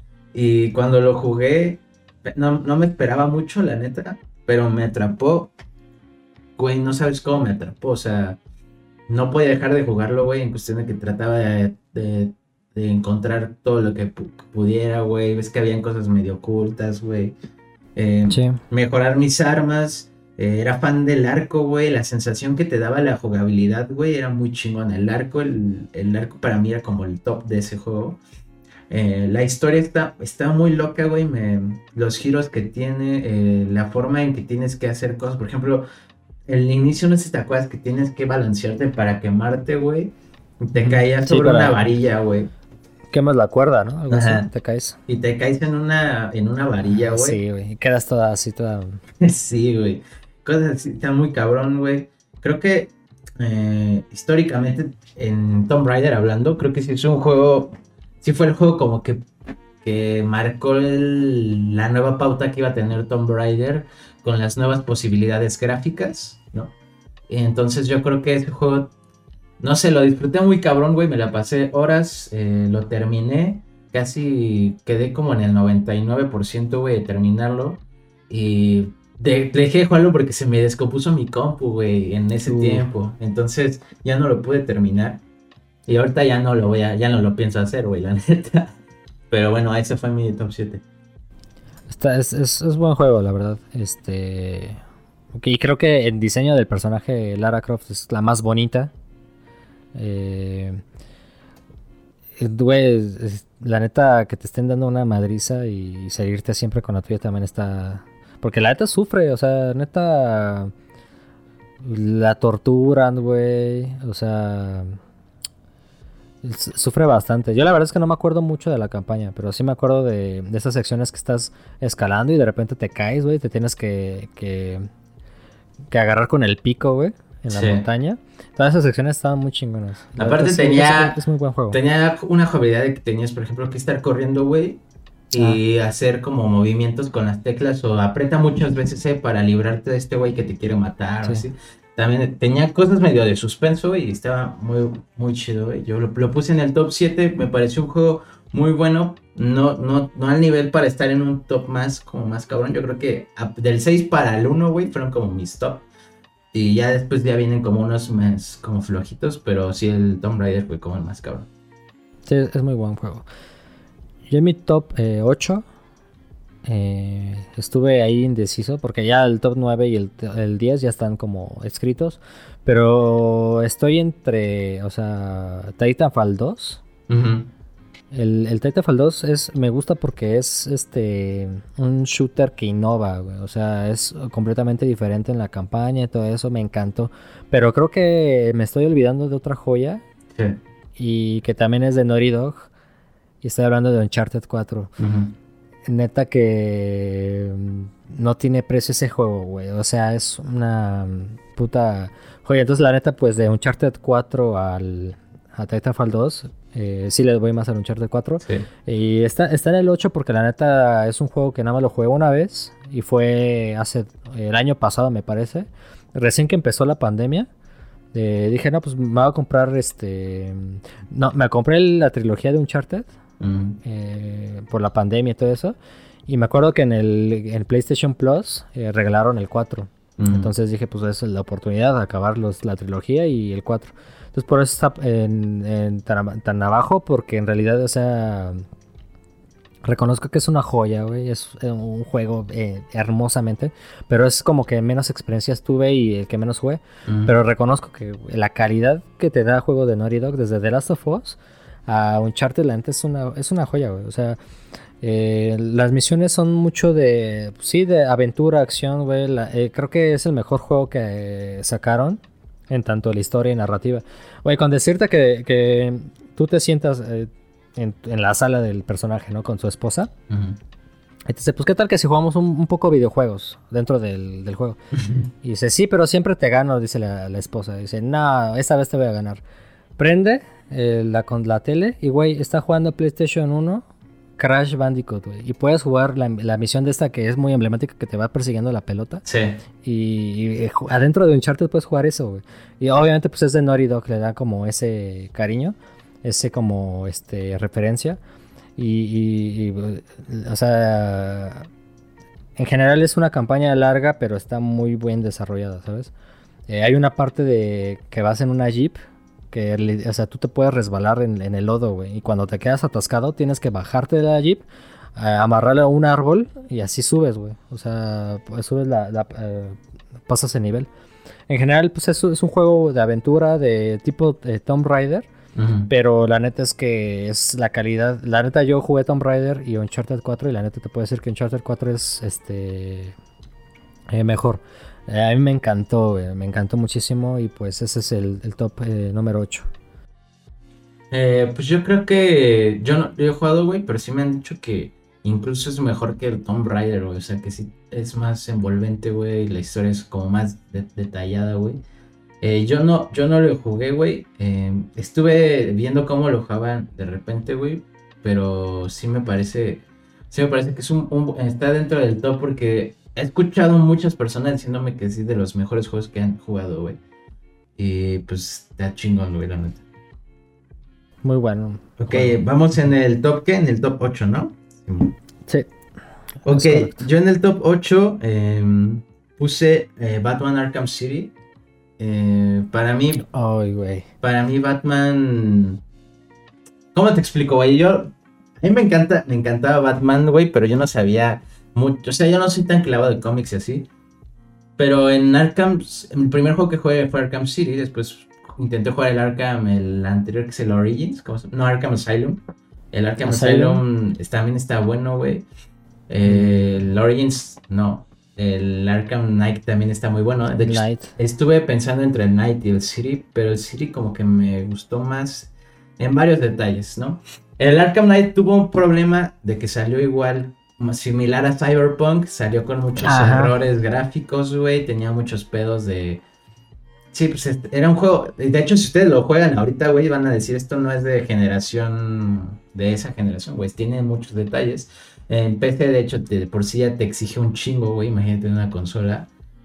Y cuando lo jugué, no, no me esperaba mucho, la neta. Pero me atrapó. Güey, no sabes cómo me atrapó. O sea, no podía dejar de jugarlo, güey, en cuestión de que trataba de, de, de encontrar todo lo que pu- pudiera, güey. Ves que habían cosas medio ocultas, güey. Eh, Sí. mejorar mis armas. Eh, era fan del arco, güey. La sensación que te daba la jugabilidad, güey, era muy chingona. El arco, el, el arco para mí era como el top de ese juego. Eh, la historia está, está muy loca, güey. Me, los giros que tiene, eh, la forma en que tienes que hacer cosas. Por ejemplo, el inicio, no sé si te acuerdas que tienes que balancearte para quemarte, güey. Te Ujú. caías Sí, sobre una para varilla, güey. quemas la cuerda, ¿no? Algo así, Ajá. te caes. Y te caes en una, en una varilla, Ah, güey. sí, güey. Y quedas toda así, toda. Sí, güey. Cosas así, está muy cabrón, güey. Creo que eh, históricamente, en Tomb Raider hablando, creo que sí es un juego. Sí fue el juego como que, que marcó el- la nueva pauta que iba a tener Tomb Raider con las nuevas posibilidades gráficas, ¿no? Entonces yo creo que ese juego, no sé, lo disfruté muy cabrón, güey. Me la pasé horas, eh, lo terminé. Casi quedé como en el noventa y nueve por ciento, güey, de terminarlo. Y de- dejé de jugarlo porque se me descompuso mi compu, güey, en ese Uh, tiempo. Entonces ya no lo pude terminar. Y ahorita ya no lo voy a, ya no lo pienso hacer, güey, la neta. Pero bueno, ese fue mi top siete. está, es, es, es buen juego, la verdad. Este. Ok, y creo que el diseño del personaje Lara Croft es la más bonita. Eh, güey, es- la neta que te estén dando una madriza y salirte siempre con la tuya también está. Porque la neta sufre, o sea, neta. La torturan, güey. O sea. s- Sufre bastante. Yo la verdad es que no me acuerdo mucho de la campaña, pero sí me acuerdo de, de esas secciones que estás escalando y de repente te caes, güey. Te tienes que, que, que agarrar con el pico, güey, en la Sí. montaña. Todas esas secciones estaban muy chingonas. La neta Aparte sí, es, es, tenía, es muy buen juego. tenía una jugabilidad de que tenías, por ejemplo, que estar corriendo, güey, Ah, y hacer como movimientos con las teclas o aprieta muchas veces eh, para librarte de este güey que te quiere matar o sí. así. También tenía cosas medio de suspenso güey, y estaba muy, muy chido, güey. Yo lo, lo puse en el top siete, me pareció un juego muy bueno, no, no, no al nivel para estar en un top más, como más cabrón. Yo creo que a- del seis para el uno, güey, fueron como mis top. Y ya después ya vienen como unos más como flojitos, pero sí el Tomb Raider fue como el más cabrón. Sí, es es muy buen juego. Yo en mi top eh, ocho eh, estuve ahí indeciso porque ya el top nueve y el, el diez ya están como escritos. Pero estoy entre, o sea, Titanfall dos. Ujú. El, el Titanfall dos es, me gusta porque es este un shooter que innova, güey. O sea, es completamente diferente en la campaña y todo eso, me encantó. Pero creo que me estoy olvidando de otra joya Sí. y que también es de Naughty Dog. Y estoy hablando de Uncharted cuatro. Ujú. Neta que mm, no tiene precio ese juego, güey. O sea, es una mm, puta joya. Entonces, la neta, pues de Uncharted cuatro al a Titanfall dos, eh, sí le voy más al Uncharted cuatro. Sí. Y está, está en el ocho porque la neta es un juego que nada más lo jugué una vez. Y fue hace el año pasado, me parece. Recién que empezó la pandemia. Eh, dije, no, pues me voy a comprar este... No, me compré la trilogía de Uncharted Ujú. eh, por la pandemia y todo eso. Y me acuerdo que en el en PlayStation Plus eh, regalaron el cuatro. Ujú. Entonces dije, pues esa es la oportunidad de acabar los, la trilogía y el cuatro. Entonces por eso está en, en tan, tan abajo, porque en realidad, o sea, Reconozco que es una joya, güey. Es eh, un juego eh, hermosamente. Pero es como que menos experiencias tuve y el que menos jugué. Mm. Pero reconozco que la calidad que te da el juego de Naughty Dog, desde The Last of Us a Uncharted, la neta es una, es una joya, güey. O sea, eh, las misiones son mucho de, sí, de aventura, acción, güey. La- eh, creo que es el mejor juego que eh, sacaron en tanto la historia y narrativa. Güey, con decirte que, que tú te sientas eh, en, en la sala del personaje, ¿no? Con su esposa. Ujú. Y te dice, pues, ¿qué tal que si jugamos un, un poco videojuegos dentro del, del juego? Y dice, sí, pero siempre te gano, dice la, la esposa. Dice, no, esta vez te voy a ganar. Prende eh, la, con la tele y, güey, está jugando PlayStation uno Crash Bandicoot, güey. Y puedes jugar la, la misión de esta que es muy emblemática, que te va persiguiendo la pelota. Sí. Y, y, eh, ju- adentro de Uncharted puedes jugar eso, güey. Y obviamente, pues es de Naughty Dog, le da como ese cariño, ese como este referencia. Y, y- y, o sea, en general es una campaña larga, pero está muy bien desarrollada, ¿sabes? Eh, hay una parte de que vas en una Jeep, que le- o sea, tú te puedes resbalar en, en el lodo, güey. Y cuando te quedas atascado, tienes que bajarte de la Jeep, eh, amarrarle a un árbol y así subes, güey. O sea, pues subes la, la, eh, pasas el nivel. En general, pues es, es un juego de aventura de tipo eh, Tomb Raider. Ujú. Pero la neta es que es la calidad. La neta, yo jugué Tomb Raider y Uncharted cuatro. Y la neta te puedo decir que Uncharted cuatro es este eh, mejor. Eh, a mí me encantó, güey, me encantó muchísimo. Y pues ese es el, el top eh, número ocho. Eh, pues yo creo que yo no yo he jugado, güey, pero sí me han dicho que incluso es mejor que el Tomb Raider, güey. O sea, que sí es más envolvente, güey. La historia es como más de- detallada, güey. Eh, yo no, yo no lo jugué, güey. Eh, estuve viendo cómo lo jugaban de repente, güey. Pero sí me parece, sí me parece que es un, un- está dentro del top porque he escuchado muchas personas diciéndome que sí de los mejores juegos que han jugado, güey. Y pues está chingón, güey, la neta. Muy bueno. Ok, Juego. vamos en el top, ¿qué? En el top ocho, ¿no? Sí, Ok, es correcto. yo en el top ocho em, puse eh, Batman Arkham City. Eh, para mí, Ay, güey. para mí Batman... ¿Cómo te explico, güey? Yo... A mí me encanta, me encantaba Batman, güey, pero yo no sabía mucho. O sea, yo no soy tan clavado de cómics y así. Pero en Arkham, el primer juego que jugué fue Arkham City. Después intenté jugar el Arkham, el anterior que es el Origins. ¿Cómo se llama? No, Arkham Asylum. El Arkham Asylum. Asylum está- también está bueno, güey. Eh, el Origins, no. El Arkham Knight también está muy bueno. De hecho, Knight. estuve pensando entre el Knight y el City, pero el City como que me gustó más en varios detalles, ¿no? El Arkham Knight tuvo un problema de que salió igual, similar a Cyberpunk, salió con muchos Ajá. errores gráficos, güey, tenía muchos pedos de... Sí, pues este, era un juego, de hecho si ustedes lo juegan ahorita, güey, van a decir esto no es de generación, de esa generación, güey, tiene muchos detalles. En P C, de hecho, de por sí ya te exige un chingo, güey, imagínate en una consola.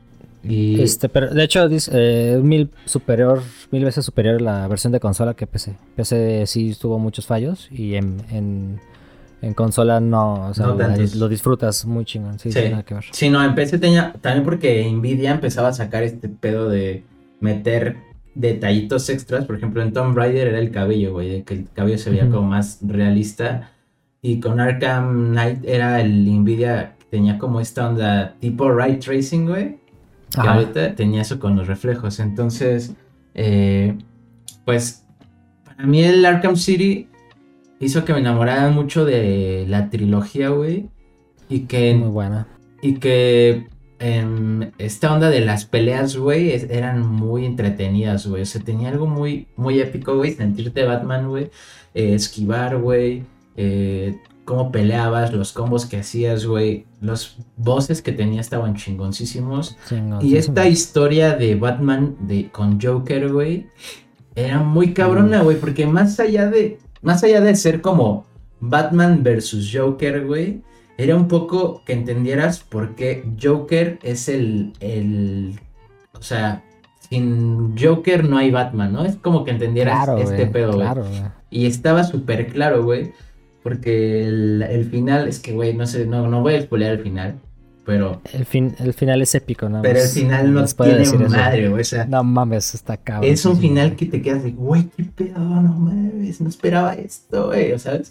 Y Este, pero de hecho, dice, eh, mil superior, mil veces superior la versión de consola que P C. P C sí tuvo muchos fallos y en, en, en consola no, o sea, no la- tantos. lo disfrutas muy chingón, sí, Sí, tiene nada que ver. sí, no, en P C tenía, también porque Nvidia empezaba a sacar este pedo de meter detallitos extras, por ejemplo en Tomb Raider era el cabello, güey, de que el cabello se veía Ujú. como más realista, y con Arkham Knight era el Nvidia, que tenía como esta onda tipo ray tracing, güey, que Ajá. ahorita tenía eso con los reflejos, entonces, eh, pues, para mí el Arkham City hizo que me enamorara mucho de la trilogía, güey, y que Muy buena. y que em, esta onda de las peleas, güey, es- eran muy entretenidas, güey. O sea, tenía algo muy, muy épico, güey. Sentirte Batman, güey. eh, esquivar, güey. eh, cómo peleabas, los combos que hacías, güey. Los bosses que tenía estaban chingoncísimos. Y esta Chingoncísimos. historia de Batman de, con Joker, güey, era muy cabrona, güey. Porque más allá de, más allá de ser como Batman versus Joker, güey, era un poco que entendieras por qué Joker es el, el, o sea, sin Joker no hay Batman, ¿no? Es como que entendieras Claro, este güey. pedo, güey. Claro, güey. Y estaba súper claro, güey, porque el, el final, es que, güey, no sé, no, no voy a spoilear el final, pero, El, fin, el final es épico, nada pero el más. final no Les puedo tiene decir eso. madre, güey, o sea, No mames, está cabrón. es un final que te quedas de, güey, qué pedo, no mames, no esperaba esto, güey, ¿sabes?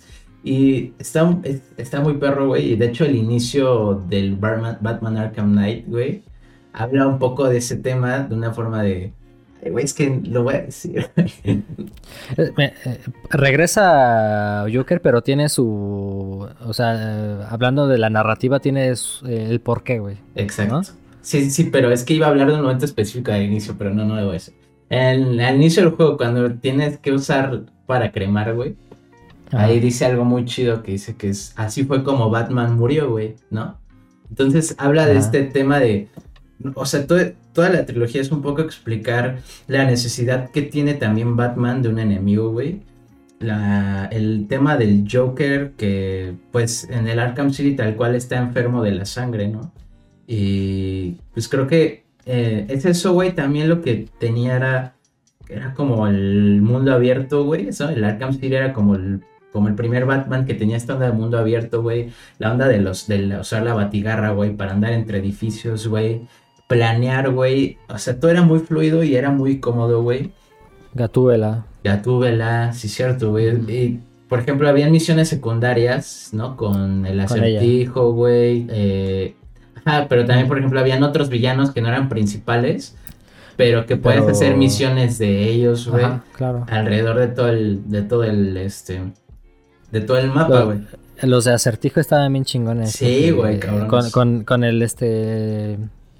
Y está, es- está muy perro, güey. Y de hecho, el inicio del Batman, Batman Arkham Knight, güey, habla un poco de ese tema de una forma de. Ay, güey, es que lo voy a decir. Eh, me- eh, regresa Joker, pero tiene su... O sea, eh, hablando de la narrativa, tiene su- eh, el porqué, güey. ¿No? Exacto. Sí, sí, sí, pero es que iba a hablar de un momento específico al inicio, pero no, no lo voy a decir. El- al inicio del juego, cuando tienes que usar para cremar, güey, ahí Ajá. dice algo muy chido que dice que es así fue como Batman murió, güey, ¿no? Entonces habla de Ajá. este tema de, o sea, to- toda la trilogía es un poco explicar la necesidad que tiene también Batman de un enemigo, güey. La, el tema del Joker que, pues, en el Arkham City tal cual está enfermo de la sangre, ¿no? Y pues creo que eh, es eso, güey. También lo que tenía era, era como el mundo abierto, güey. Eso, el Arkham City era como el, como el primer Batman que tenía esta onda de mundo abierto, güey. La onda de los, de la- usar la batigarra, güey, para andar entre edificios, güey. Planear, güey. O sea, todo era muy fluido y era muy cómodo, güey. Gatúbela. Gatúbela, sí, cierto, güey. Ujú. Y, por ejemplo, habían misiones secundarias, ¿no? Con el Con ella. acertijo, güey. Eh, ajá, pero también, Mm, por ejemplo, habían otros villanos que no eran principales, pero que puedes hacer pero... misiones de ellos, güey. Ajá, claro. Alrededor de todo el, de todo el, este, de todo el mapa, Lo- güey. los de acertijo estaban bien chingones Sí, güey, porque eh, con, cabrones. con, con el este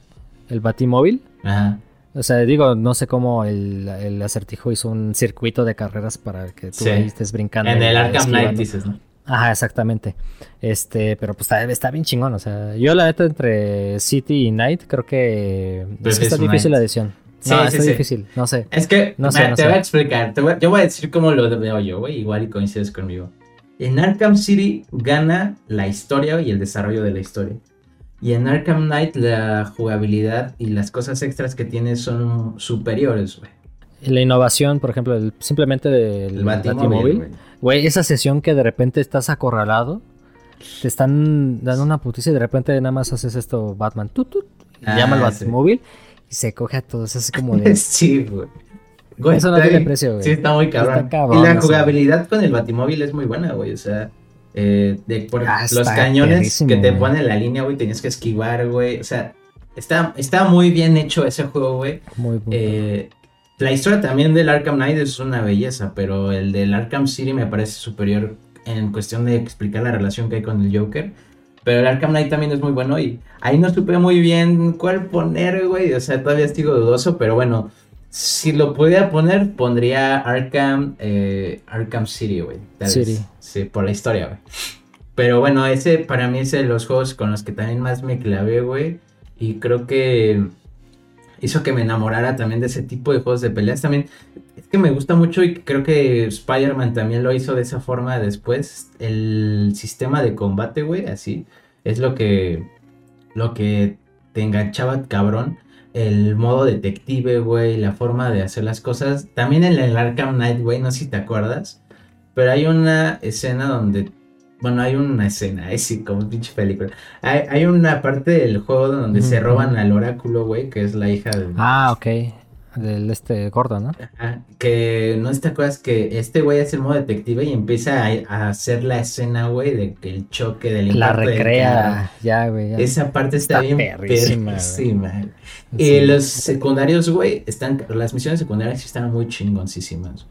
el Batimóvil, Ajá. o sea, digo, no sé cómo el, el acertijo hizo un circuito de carreras para que tú Sí. ahí estés brincando En el y Arkham Knight esquivando. dices, ¿no? Ajá, exactamente. Este, pero pues está, está bien chingón, o sea, yo la neta entre City y Night creo que es que está Prefieres difícil Knight. la decisión. Sí, No, sí, está sí. difícil, no sé, Es que, no sé, mira, no te voy a sé. explicar, te voy- yo voy a decir cómo lo veo yo, güey, igual y coincides conmigo. En Arkham City gana la historia y el desarrollo de la historia. Y en Arkham Knight la jugabilidad y las cosas extras que tiene son superiores, güey. La innovación, por ejemplo, el- simplemente El del Batimóvil, Batimóvil, güey. güey, esa sesión que de repente estás acorralado, te están dando una putiza y de repente nada más haces esto, Batman, tut, tut, y llama al Ah, sí. Batimóvil y se coge a todos, es como de... Sí, güey. Güey, Eso no está tiene bien- precio, sí, güey. está muy Está cabrón. Y cabrón la eso, güey. jugabilidad con el Batimóvil es muy buena, güey. O sea, eh, de, por Ah, los está cañones que perrísimo, te güey. ponen en la línea, güey, tenías que esquivar, güey. O sea, está, está muy bien hecho ese juego, güey. Muy, muy perro. Eh, la historia también del Arkham Knight es una belleza, pero el del Arkham City me parece superior en cuestión de explicar la relación que hay con el Joker. Pero el Arkham Knight también es muy bueno y ahí no supe muy bien cuál poner, güey. O sea, todavía estoy dudoso, pero bueno, si lo pudiera poner, pondría Arkham, eh, Arkham City, güey. Tal City. vez. Sí, por la historia, güey. Pero bueno, ese para mí es de los juegos con los que también más me clavé, güey. Y creo que hizo que me enamorara también de ese tipo de juegos de peleas. También es que me gusta mucho y creo que Spider-Man también lo hizo de esa forma después. El sistema de combate, güey, así. Es lo que, lo que te enganchaba, cabrón. El modo detective, güey, la forma de hacer las cosas. También en el Arkham Knight, güey, no sé si te acuerdas. Pero hay una escena donde. Bueno, hay una escena, es sí, como pinche película. Hay, hay una parte del juego donde Ujú, se roban ujú. al oráculo, güey, que es la hija de. Ah, ok. Del este gordo, ¿no? Ajá, que no te acuerdas que este güey hace el modo detective y empieza a, a hacer la escena, güey, de que el choque del La impacto del carro. recrea, ya, güey, ya. Esa parte está, Está bien perrísima, güey. perrísima. Y Sí. los secundarios, güey, están. Las misiones secundarias sí están muy chingoncísimas.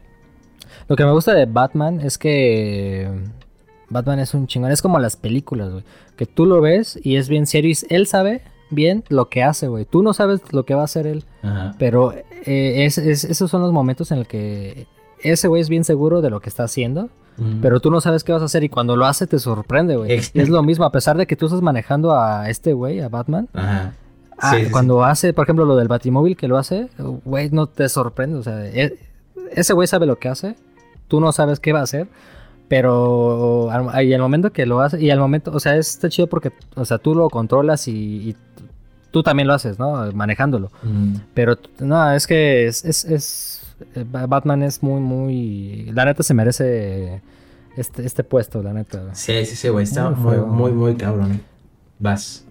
Lo que me gusta de Batman es que Batman es un chingón. Es como las películas, güey. Que tú lo ves y es bien serio. Y él sabe bien lo que hace, güey. Tú no sabes lo que va a hacer él. Ajá. Pero eh, es, es- esos son los momentos en el que ese güey es bien seguro de lo que está haciendo. Mm. Pero tú no sabes qué vas a hacer. Y cuando lo hace te sorprende, güey. Exacto. Es lo mismo. A pesar de que tú estás manejando a este güey, a Batman. Ajá. Ah, Sí, sí, cuando hace, por ejemplo, lo del Batimóvil que lo hace, güey, no te sorprende. O sea, e- ese güey sabe lo que hace. Tú no sabes qué va a hacer. Pero al, y al momento que lo hace, y al momento, o sea, está chido porque, o sea, tú lo controlas y, y tú también lo haces, ¿no? Manejándolo. sí. Mm. Pero no, es que es, es, es- eh, Batman es muy, muy, la neta se merece este, este puesto, la neta. Sí, sí, sí, güey. Está Muy muy, feo. muy, muy cabrón. Vas.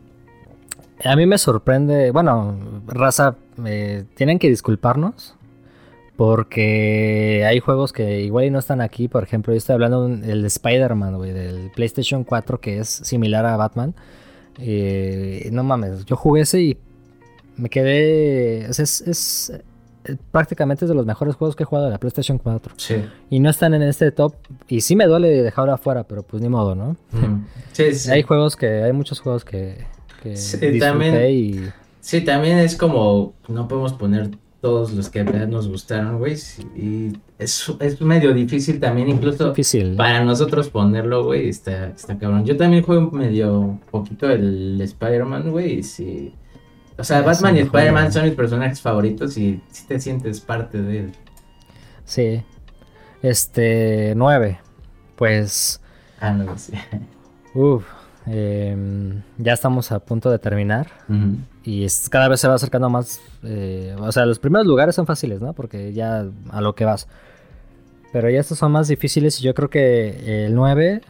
A mí me sorprende, bueno, raza, eh, tienen que disculparnos Porque hay juegos que igual y no están aquí. Por ejemplo, yo estoy hablando del Spider-Man, güey, del PlayStation cuatro, que es similar a Batman. Eh, no mames, yo jugué ese y me quedé... Es, es, es- eh, prácticamente es de los mejores juegos que he jugado de la PlayStation cuatro. Sí. Y no están en este top. Y sí me duele dejarlo afuera, pero pues ni modo, ¿no? Mm. Sí, sí. Hay juegos que... Hay muchos juegos que, que Sí, disfruté también, y... sí, también es como, no podemos poner todos los que de verdad nos gustaron, güey, sí, y es, es medio difícil también, incluso Difícil. para nosotros ponerlo, güey, está, está cabrón. Yo también juego medio poquito el Spider-Man, güey, y sí, o sea, Es Batman un y Spider-Man juego. son mis personajes favoritos y sí te sientes parte de él. Sí. Este... nueve. Pues... Ah, no, sí. Uf, em, ya estamos a punto de terminar Ujú. y es, cada vez se va acercando más, eh, o sea, los primeros lugares son fáciles, ¿no? Porque ya a lo que vas. Pero ya estos son más difíciles y yo creo que el nueve,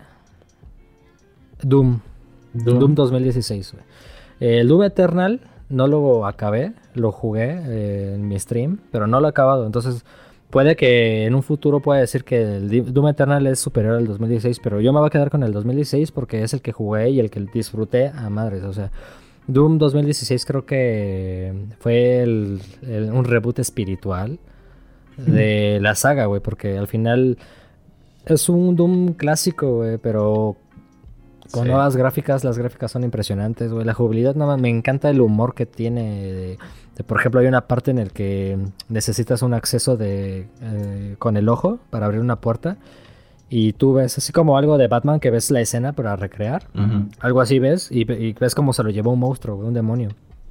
Doom, Doom Doom. dos mil dieciséis, güey. El Doom Eternal no lo acabé, lo jugué eh, en mi stream, pero no lo he acabado. Entonces, puede que en un futuro pueda decir que el Di- Doom Eternal es superior al dos mil dieciséis, pero yo me voy a quedar con el dos mil dieciséis porque es el que jugué y el que disfruté a madres. O sea, Doom dos mil dieciséis creo que fue el- el- un reboot espiritual de la saga, güey, porque al final es un Doom clásico, güey, pero con Sí. nuevas gráficas. Las gráficas son impresionantes, güey. La jugabilidad, nada más, me encanta el humor que tiene. De, de, por ejemplo, hay una parte en la que necesitas un acceso de eh, con el ojo para abrir una puerta. Y tú ves, así como algo de Batman, que ves la escena para recrear. Ujú. Algo así ves, y, ve- y ves cómo se lo llevó un monstruo, güey, un demonio.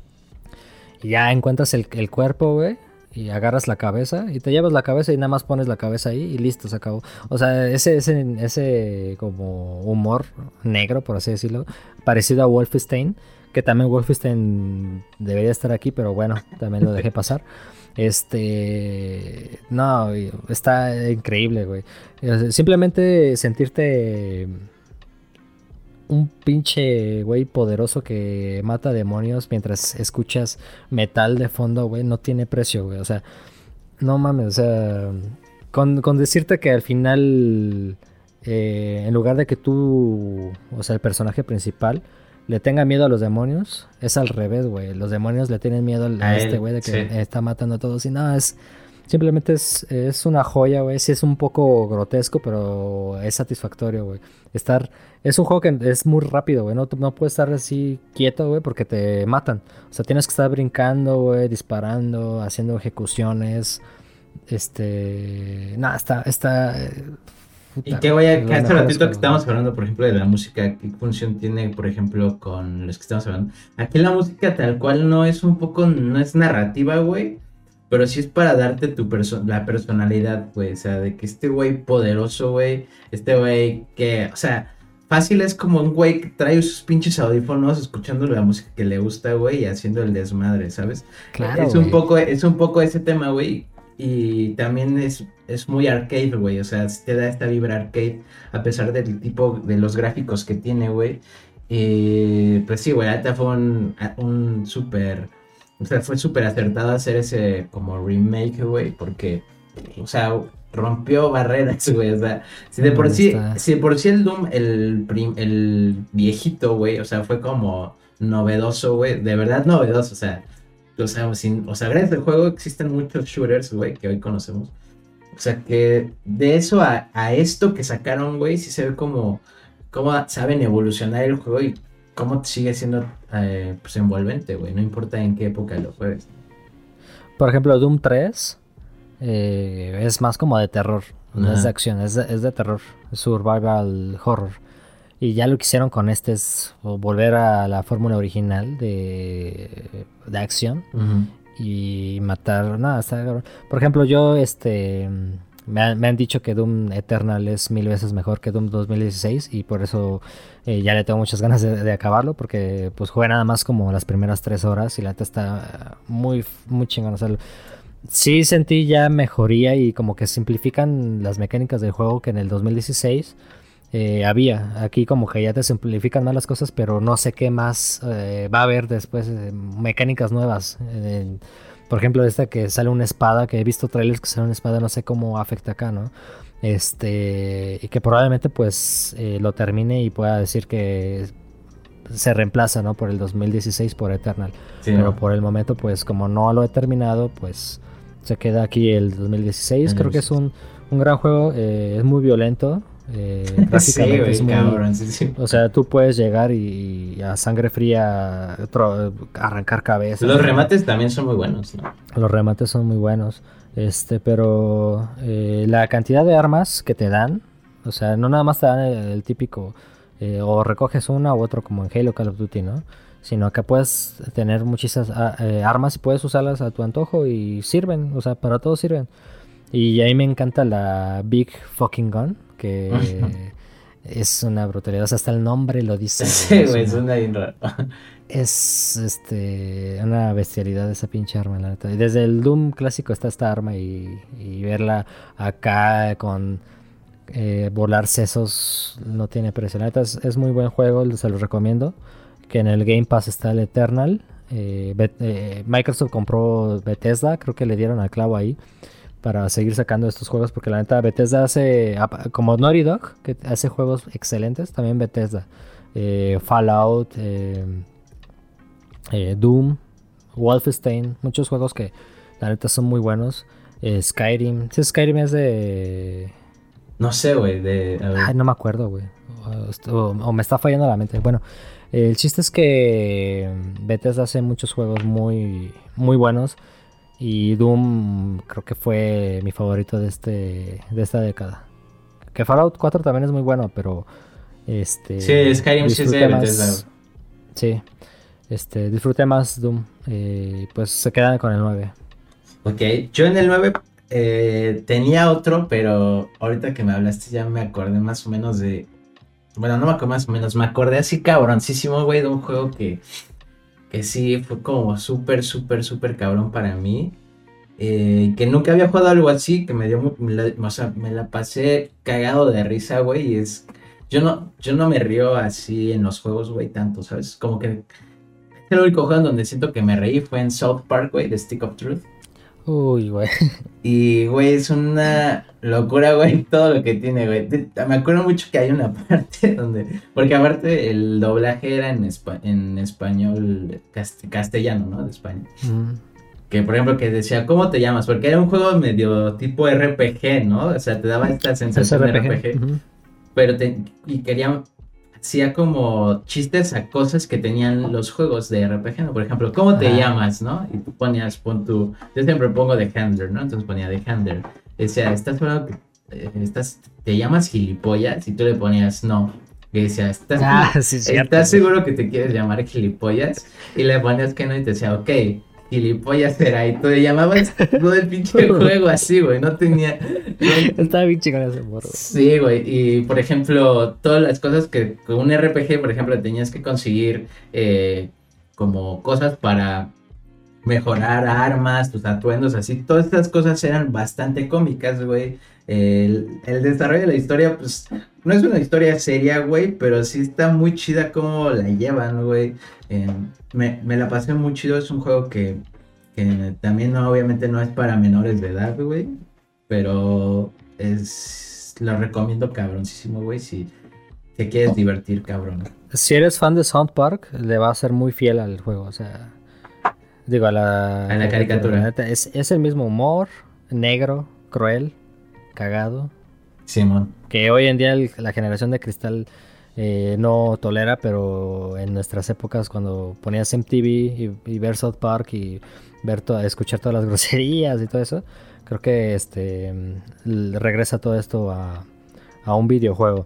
Y ya encuentras el, el cuerpo, güey. Y agarras la cabeza y te llevas la cabeza y nada más pones la cabeza ahí y listo, se acabó. O sea, ese, ese, ese como humor negro, por así decirlo, parecido a Wolfenstein, que también Wolfenstein debería estar aquí, pero bueno, también lo dejé pasar. Este, no, y está increíble, güey. O sea, simplemente sentirte un pinche güey poderoso que mata demonios mientras escuchas metal de fondo, güey, no tiene precio, güey. O sea, no mames, o sea, con, con decirte que al final, eh, en lugar de que tú, o sea, el personaje principal, le tenga miedo a los demonios, es al revés, güey. Los demonios le tienen miedo al- a A este él, güey de que sí. está matando a todos. Y no, es simplemente es, es una joya, güey. Sí es un poco grotesco, pero es satisfactorio, güey. Estar, es un juego que es muy rápido, güey. No, no puedes estar así quieto, güey, porque te matan. O sea, tienes que estar brincando, güey, disparando, haciendo ejecuciones. Este, nada, está, está, eh, Y puta, que güey, vaya, de que los hace mejores ratito que juegos, güey. estábamos hablando, por ejemplo, de la música, ¿qué función tiene, por ejemplo, con los que estamos hablando? Aquí la música tal cual no es un poco, no es narrativa, güey, pero sí es para darte tu perso la personalidad, güey, o sea, de que este güey poderoso, güey, este güey que, o sea, fácil es como un güey que trae sus pinches audífonos escuchando la música que le gusta, güey, y haciendo el desmadre, ¿sabes? Claro, Es un güey. poco, es un poco ese tema, güey. Y también es, es muy arcade, güey. O sea, te da esta vibra arcade. A pesar del tipo de los gráficos que tiene, güey. Y pues sí, güey. Alta fue un, un súper. O sea, fue súper acertado hacer ese como remake, güey. Porque, o sea, rompió barreras, güey. O sea, si de No por mames, sí, está. si de por sí el Doom, el, prim- el viejito, güey. O sea, fue como novedoso, güey. De verdad novedoso, o sea. O sea, sin, o sea, gracias al juego existen muchos shooters, güey, que hoy conocemos. O sea, que de eso a, a esto que sacaron, güey, sí se ve como, cómo saben evolucionar el juego y cómo sigue siendo eh, pues envolvente, güey. No importa en qué época lo juegues. Por ejemplo, Doom tres eh, es más como de terror. No es de Ajá. acción, es de, es de terror. Es survival horror. Y ya lo que hicieron con este es volver a la fórmula original de, de acción Ujú. y matar. Nada, está cabrón. Por ejemplo, yo, este. Me han, me han dicho que Doom Eternal es mil veces mejor que Doom dos mil dieciséis y por eso eh, ya le tengo muchas ganas de, de acabarlo porque pues jugué nada más como las primeras tres horas y la neta está muy, muy chingón. O sea, sí sentí ya mejoría y como que simplifican las mecánicas del juego que en el dos mil dieciséis eh, había. Aquí como que ya te simplifican más las cosas, pero no sé qué más eh, va a haber después, eh, mecánicas nuevas. Eh, por ejemplo, esta que sale una espada, que he visto trailers que sale una espada, no sé cómo afecta acá, ¿no? Este, y que probablemente pues eh, lo termine y pueda decir que se reemplaza, ¿no? Por el dos mil dieciséis por Eternal. Sí, Pero ¿no? por el momento, pues como no lo he terminado, pues se queda aquí el dos mil dieciséis. Creo que es un, un gran juego, eh, es muy violento. Eh, Sí, gráficamente güey, es muy... cabrón, sí, sí. O sea, tú puedes llegar y, y a sangre fría tro- arrancar cabezas. Los ¿no? remates también son muy buenos, ¿no? Los remates son muy buenos. Este, pero eh, la cantidad de armas que te dan, o sea, no nada más te dan el, el típico, eh, o recoges una u otro como en Halo Call of Duty, ¿no? Sino que puedes tener muchísimas ah, eh, armas y puedes usarlas a tu antojo y sirven, o sea, para todo sirven. Y a mí me encanta la Big Fucking Gun, que es una brutalidad, o sea, hasta el nombre lo dice. Sí, güey, es una- suena bien raro. es este una bestialidad esa pinche arma, la neta. Y desde el Doom clásico está esta arma y, y verla acá con eh, volar sesos no tiene precio. La neta es, es muy buen juego, se los recomiendo. Que en el Game Pass está el Eternal. Eh, Bet- eh, Microsoft compró Bethesda, creo que le dieron al clavo ahí para seguir sacando estos juegos porque la neta Bethesda hace, apa- como Naughty Dog, que hace juegos excelentes, también Bethesda. Eh, Fallout, eh, eh, Doom, Wolfenstein, muchos juegos que la neta son muy buenos. Eh, Skyrim, sí, Skyrim es de... No sé, güey, de... A ver. Ay, no me acuerdo, güey. O, o- o me está fallando la mente. Bueno, eh, el chiste es que Bethesda hace muchos juegos muy, muy buenos. Y Doom creo que fue mi favorito de este de esta década. Que Fallout cuatro también es muy bueno, pero Sí, este Skyrim sí es de disfruté Bethesda. más. Sí, este disfruté más Doom. Eh, pues se quedan con el nueve. Ok, yo en el nueve eh, tenía otro, pero ahorita que me hablaste ya me acordé más o menos de... Bueno, no me acuerdo más o menos, me acordé así cabroncísimo, güey, de un juego que, que sí fue como súper, súper, súper cabrón para mí. Eh, que nunca había jugado algo así, que me dio, mu- me la, o sea, me la pasé cagado de risa, güey, y es... Yo no, yo no me río así en los juegos, güey, tanto, ¿sabes? Como que el único juego en donde siento que me reí fue en South Park, güey, de Stick of Truth. Uy, güey. Y, güey, es una locura, güey, todo lo que tiene, güey. De- Me acuerdo mucho que hay una parte donde... Porque aparte el doblaje era en, espa- en español cast- castellano, ¿no? De España. Mm. Que, por ejemplo, que decía, ¿cómo te llamas? Porque era un juego medio tipo R P G, ¿no? O sea, te daba esta Es sensación de R P G. R P G. Ujú. Pero te... Y quería... Hacía como chistes a cosas que tenían los juegos de R P G, ¿no? Por ejemplo, ¿cómo te Ajá. llamas, no? Y tú ponías, pon tu... Yo siempre pongo The Hander, ¿no? Entonces ponía The Hander. Decía, ¿estás seguro que eh, estás, te llamas gilipollas? Y tú le ponías, no. Y decía, ¿estás, Ah, sí, es cierto. ¿estás seguro que te quieres llamar gilipollas? Y le ponías que no y te decía, ok, gilipollas será. Y tú le llamabas todo el pinche juego así, güey. No tenía... no- Estaba bien chingón ese morro. Sí, güey, y por ejemplo, todas las cosas que con un R P G, por ejemplo, tenías que conseguir eh, como cosas para mejorar armas, tus atuendos, así, todas estas cosas eran bastante cómicas, güey. El, el desarrollo de la historia, pues, no es una historia seria, güey, pero sí está muy chida cómo la llevan, güey. Eh, me, me la pasé muy chido, es un juego que, que también no, obviamente no es para menores de edad, güey, pero es, lo recomiendo cabroncísimo, güey, si te quieres divertir, cabrón. Si eres fan de South Park, le va a ser muy fiel al juego. O sea, digo, a la, A la caricatura. la neta, Es, es el mismo humor, negro, cruel, cagado, Simón. que hoy en día el- la generación de cristal eh, no tolera, pero en nuestras épocas cuando ponías M T V y, y ver South Park y ver to- escuchar todas las groserías y todo eso, creo que este mm, l- regresa todo esto a, a un videojuego.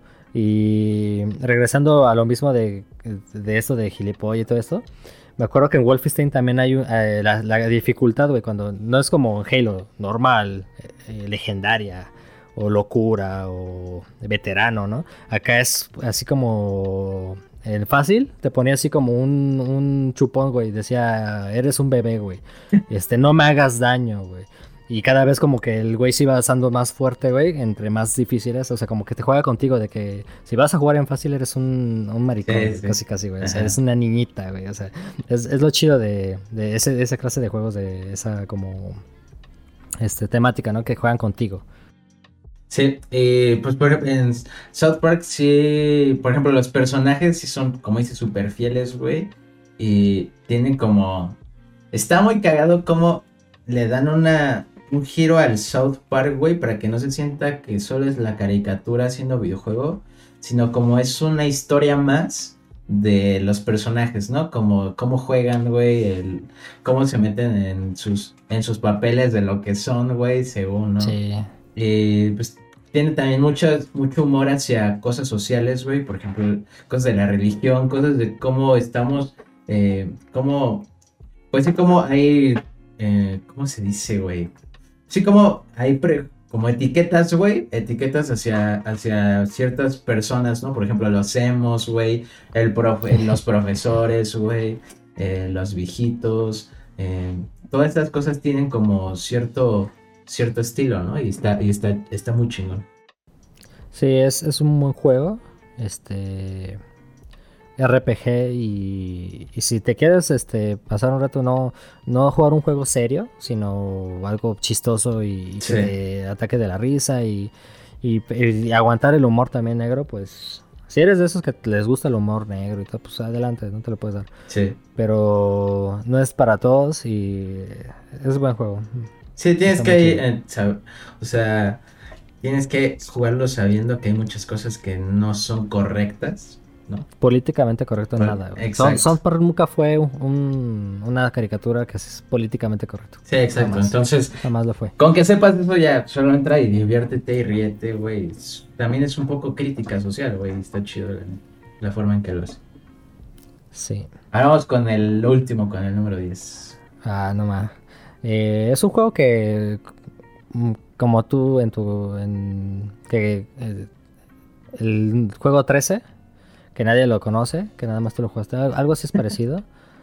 Y regresando a lo mismo de, de esto de gilipollas y todo esto, me acuerdo que en Wolfenstein también hay un- eh, la, la dificultad, güey, cuando no es como en Halo, normal, eh, eh, legendaria, o locura, o veterano, ¿no? Acá es así como el fácil, te ponía así como un, un chupón, güey, decía, eres un bebé, güey, este, no me hagas daño, güey. Y cada vez como que el güey se iba alzando más fuerte, güey, entre más difíciles. O sea, como que te juega contigo de que si vas a jugar en fácil eres un, un maricón, Sí, güey, sí. casi casi, güey. O sea, Ajá. eres una niñita, güey. O sea, es, es lo chido de, de ese, de esa clase de juegos, de esa como este temática, ¿no? Que juegan contigo. Sí, eh, pues por ejemplo, en South Park sí, por ejemplo, los personajes sí son, como dices, súper fieles, güey. Y tienen como... Está muy cagado como le dan una, un giro al South Park, güey, para que no se sienta que solo es la caricatura haciendo videojuego, sino como es una historia más de los personajes, ¿no? Como cómo juegan, güey, el, cómo se meten en sus, en sus papeles de lo que son, güey, según, ¿no? Sí. Eh, pues tiene también mucho, mucho humor hacia cosas sociales, güey, por ejemplo, cosas de la religión, cosas de cómo estamos, eh, cómo, pues sí, como hay, eh, ¿cómo se dice, güey? Sí, como hay pre- como etiquetas, güey, etiquetas hacia, hacia ciertas personas, ¿no? Por ejemplo, los emos, güey, el profe- los profesores, güey, eh, los viejitos, eh, todas estas cosas tienen como cierto, cierto estilo, ¿no? Y está, y está, está muy chingón. Sí, es, es un buen juego. Este. R P G y, y si te quieres este, pasar un rato, no, no jugar un juego serio, sino algo chistoso y, y que Sí, te ataque de la risa y, y- y aguantar el humor también negro, pues si eres de esos que les gusta el humor negro y todo, pues adelante, no te lo puedes dar. sí. Pero no es para todos y es buen juego, Sí, tienes está muy que, chido. eh, sab- o sea, tienes que jugarlo sabiendo que hay muchas cosas que no son correctas, ¿no? Políticamente correcto en Pol- nada, güey. Son, Exacto. South Park nunca fue un- un- una caricatura que es políticamente correcto. Sí, exacto. Jamás. Entonces, Jamás lo fue. con que sepas eso ya, solo entra y diviértete y ríete, güey. Es- También es un poco crítica social, güey. Está chido la, la forma en que lo hace. Sí. Ahora vamos con el último, con el número diez. Ah, no más. es un juego que, mm, como tú en tu, en, que eh, el juego trece, que nadie lo conoce, que nada más tú lo jugaste, al- algo así es parecido.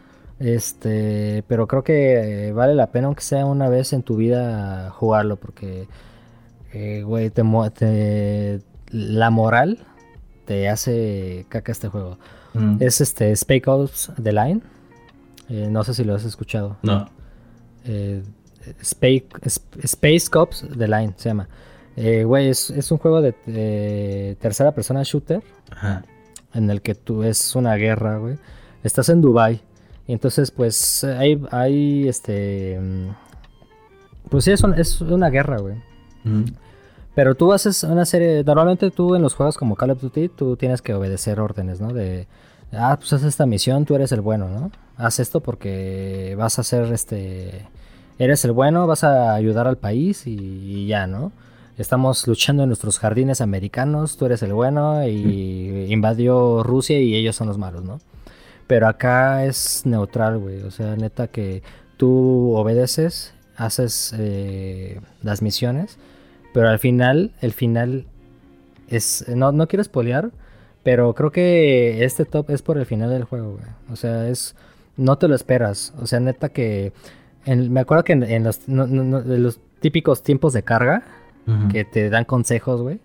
Este, pero creo que eh, vale la pena aunque sea una vez en tu vida jugarlo, porque, eh, güey, te, mo- te- la moral te hace caca este juego. Mm, Es este Spec Ops The Line. Eh, no sé si lo has escuchado. no. Eh, Space, Space Cops The Line se llama. Eh, güey, es, es un juego de, de tercera persona shooter Ajá. en el que tú es una guerra, güey. Estás en Dubai y entonces pues hay, hay este... mm, pues sí, es, un- es una guerra, güey. Mm, Pero tú haces una serie... Normalmente tú en los juegos como Call of Duty, tú tienes que obedecer órdenes, ¿no? De... Ah, pues haz esta misión, tú eres el bueno, ¿no? Haz esto porque vas a hacer este... Eres el bueno, vas a ayudar al país y, y ya, ¿no? Estamos luchando en nuestros jardines americanos, tú eres el bueno y invadió Rusia y ellos son los malos, ¿no? Pero acá es neutral, güey. O sea, neta que tú obedeces, haces eh, las misiones, pero al final, el final es... No, no quiero spoilear, pero creo que este top es por el final del juego, güey. O sea, es... No te lo esperas. O sea, neta que... en- me acuerdo que en, en los, no- no- no- de los típicos tiempos de carga, ujú. que te dan consejos, güey.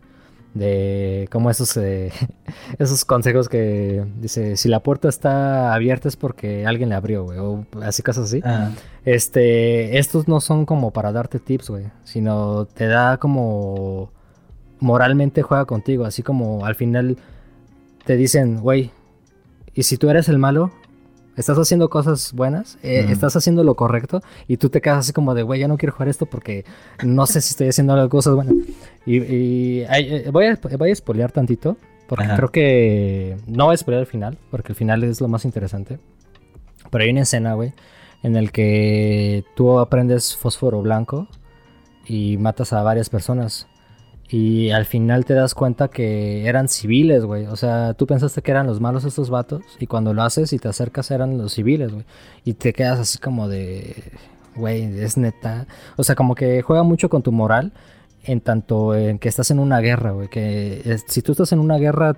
De como esos, eh, esos consejos que dice, si la puerta está abierta es porque alguien la abrió, güey. O así cosas así. Ah, Este, estos no son como para darte tips, güey. Sino te da como moralmente juega contigo. Así como al final te dicen, güey, y si tú eres el malo, estás haciendo cosas buenas, eh, mm, estás haciendo lo correcto, y tú te quedas así como de, güey, ya no quiero jugar esto porque no sé si estoy haciendo las cosas buenas. Y, y ay, eh, voy, a, voy a spoilear tantito, porque Ajá. creo que no voy a spoilear el final, porque el final es lo más interesante. Pero hay una escena, güey, en el que tú aprendes fósforo blanco y matas a varias personas. Y al final te das cuenta que eran civiles, güey. O sea, tú pensaste que eran los malos estos vatos. Y cuando lo haces y te acercas eran los civiles, güey. Y te quedas así como de... Güey, es neta. O sea, como que juega mucho con tu moral. En tanto en que estás en una guerra, güey. Que es- si tú estás en una guerra,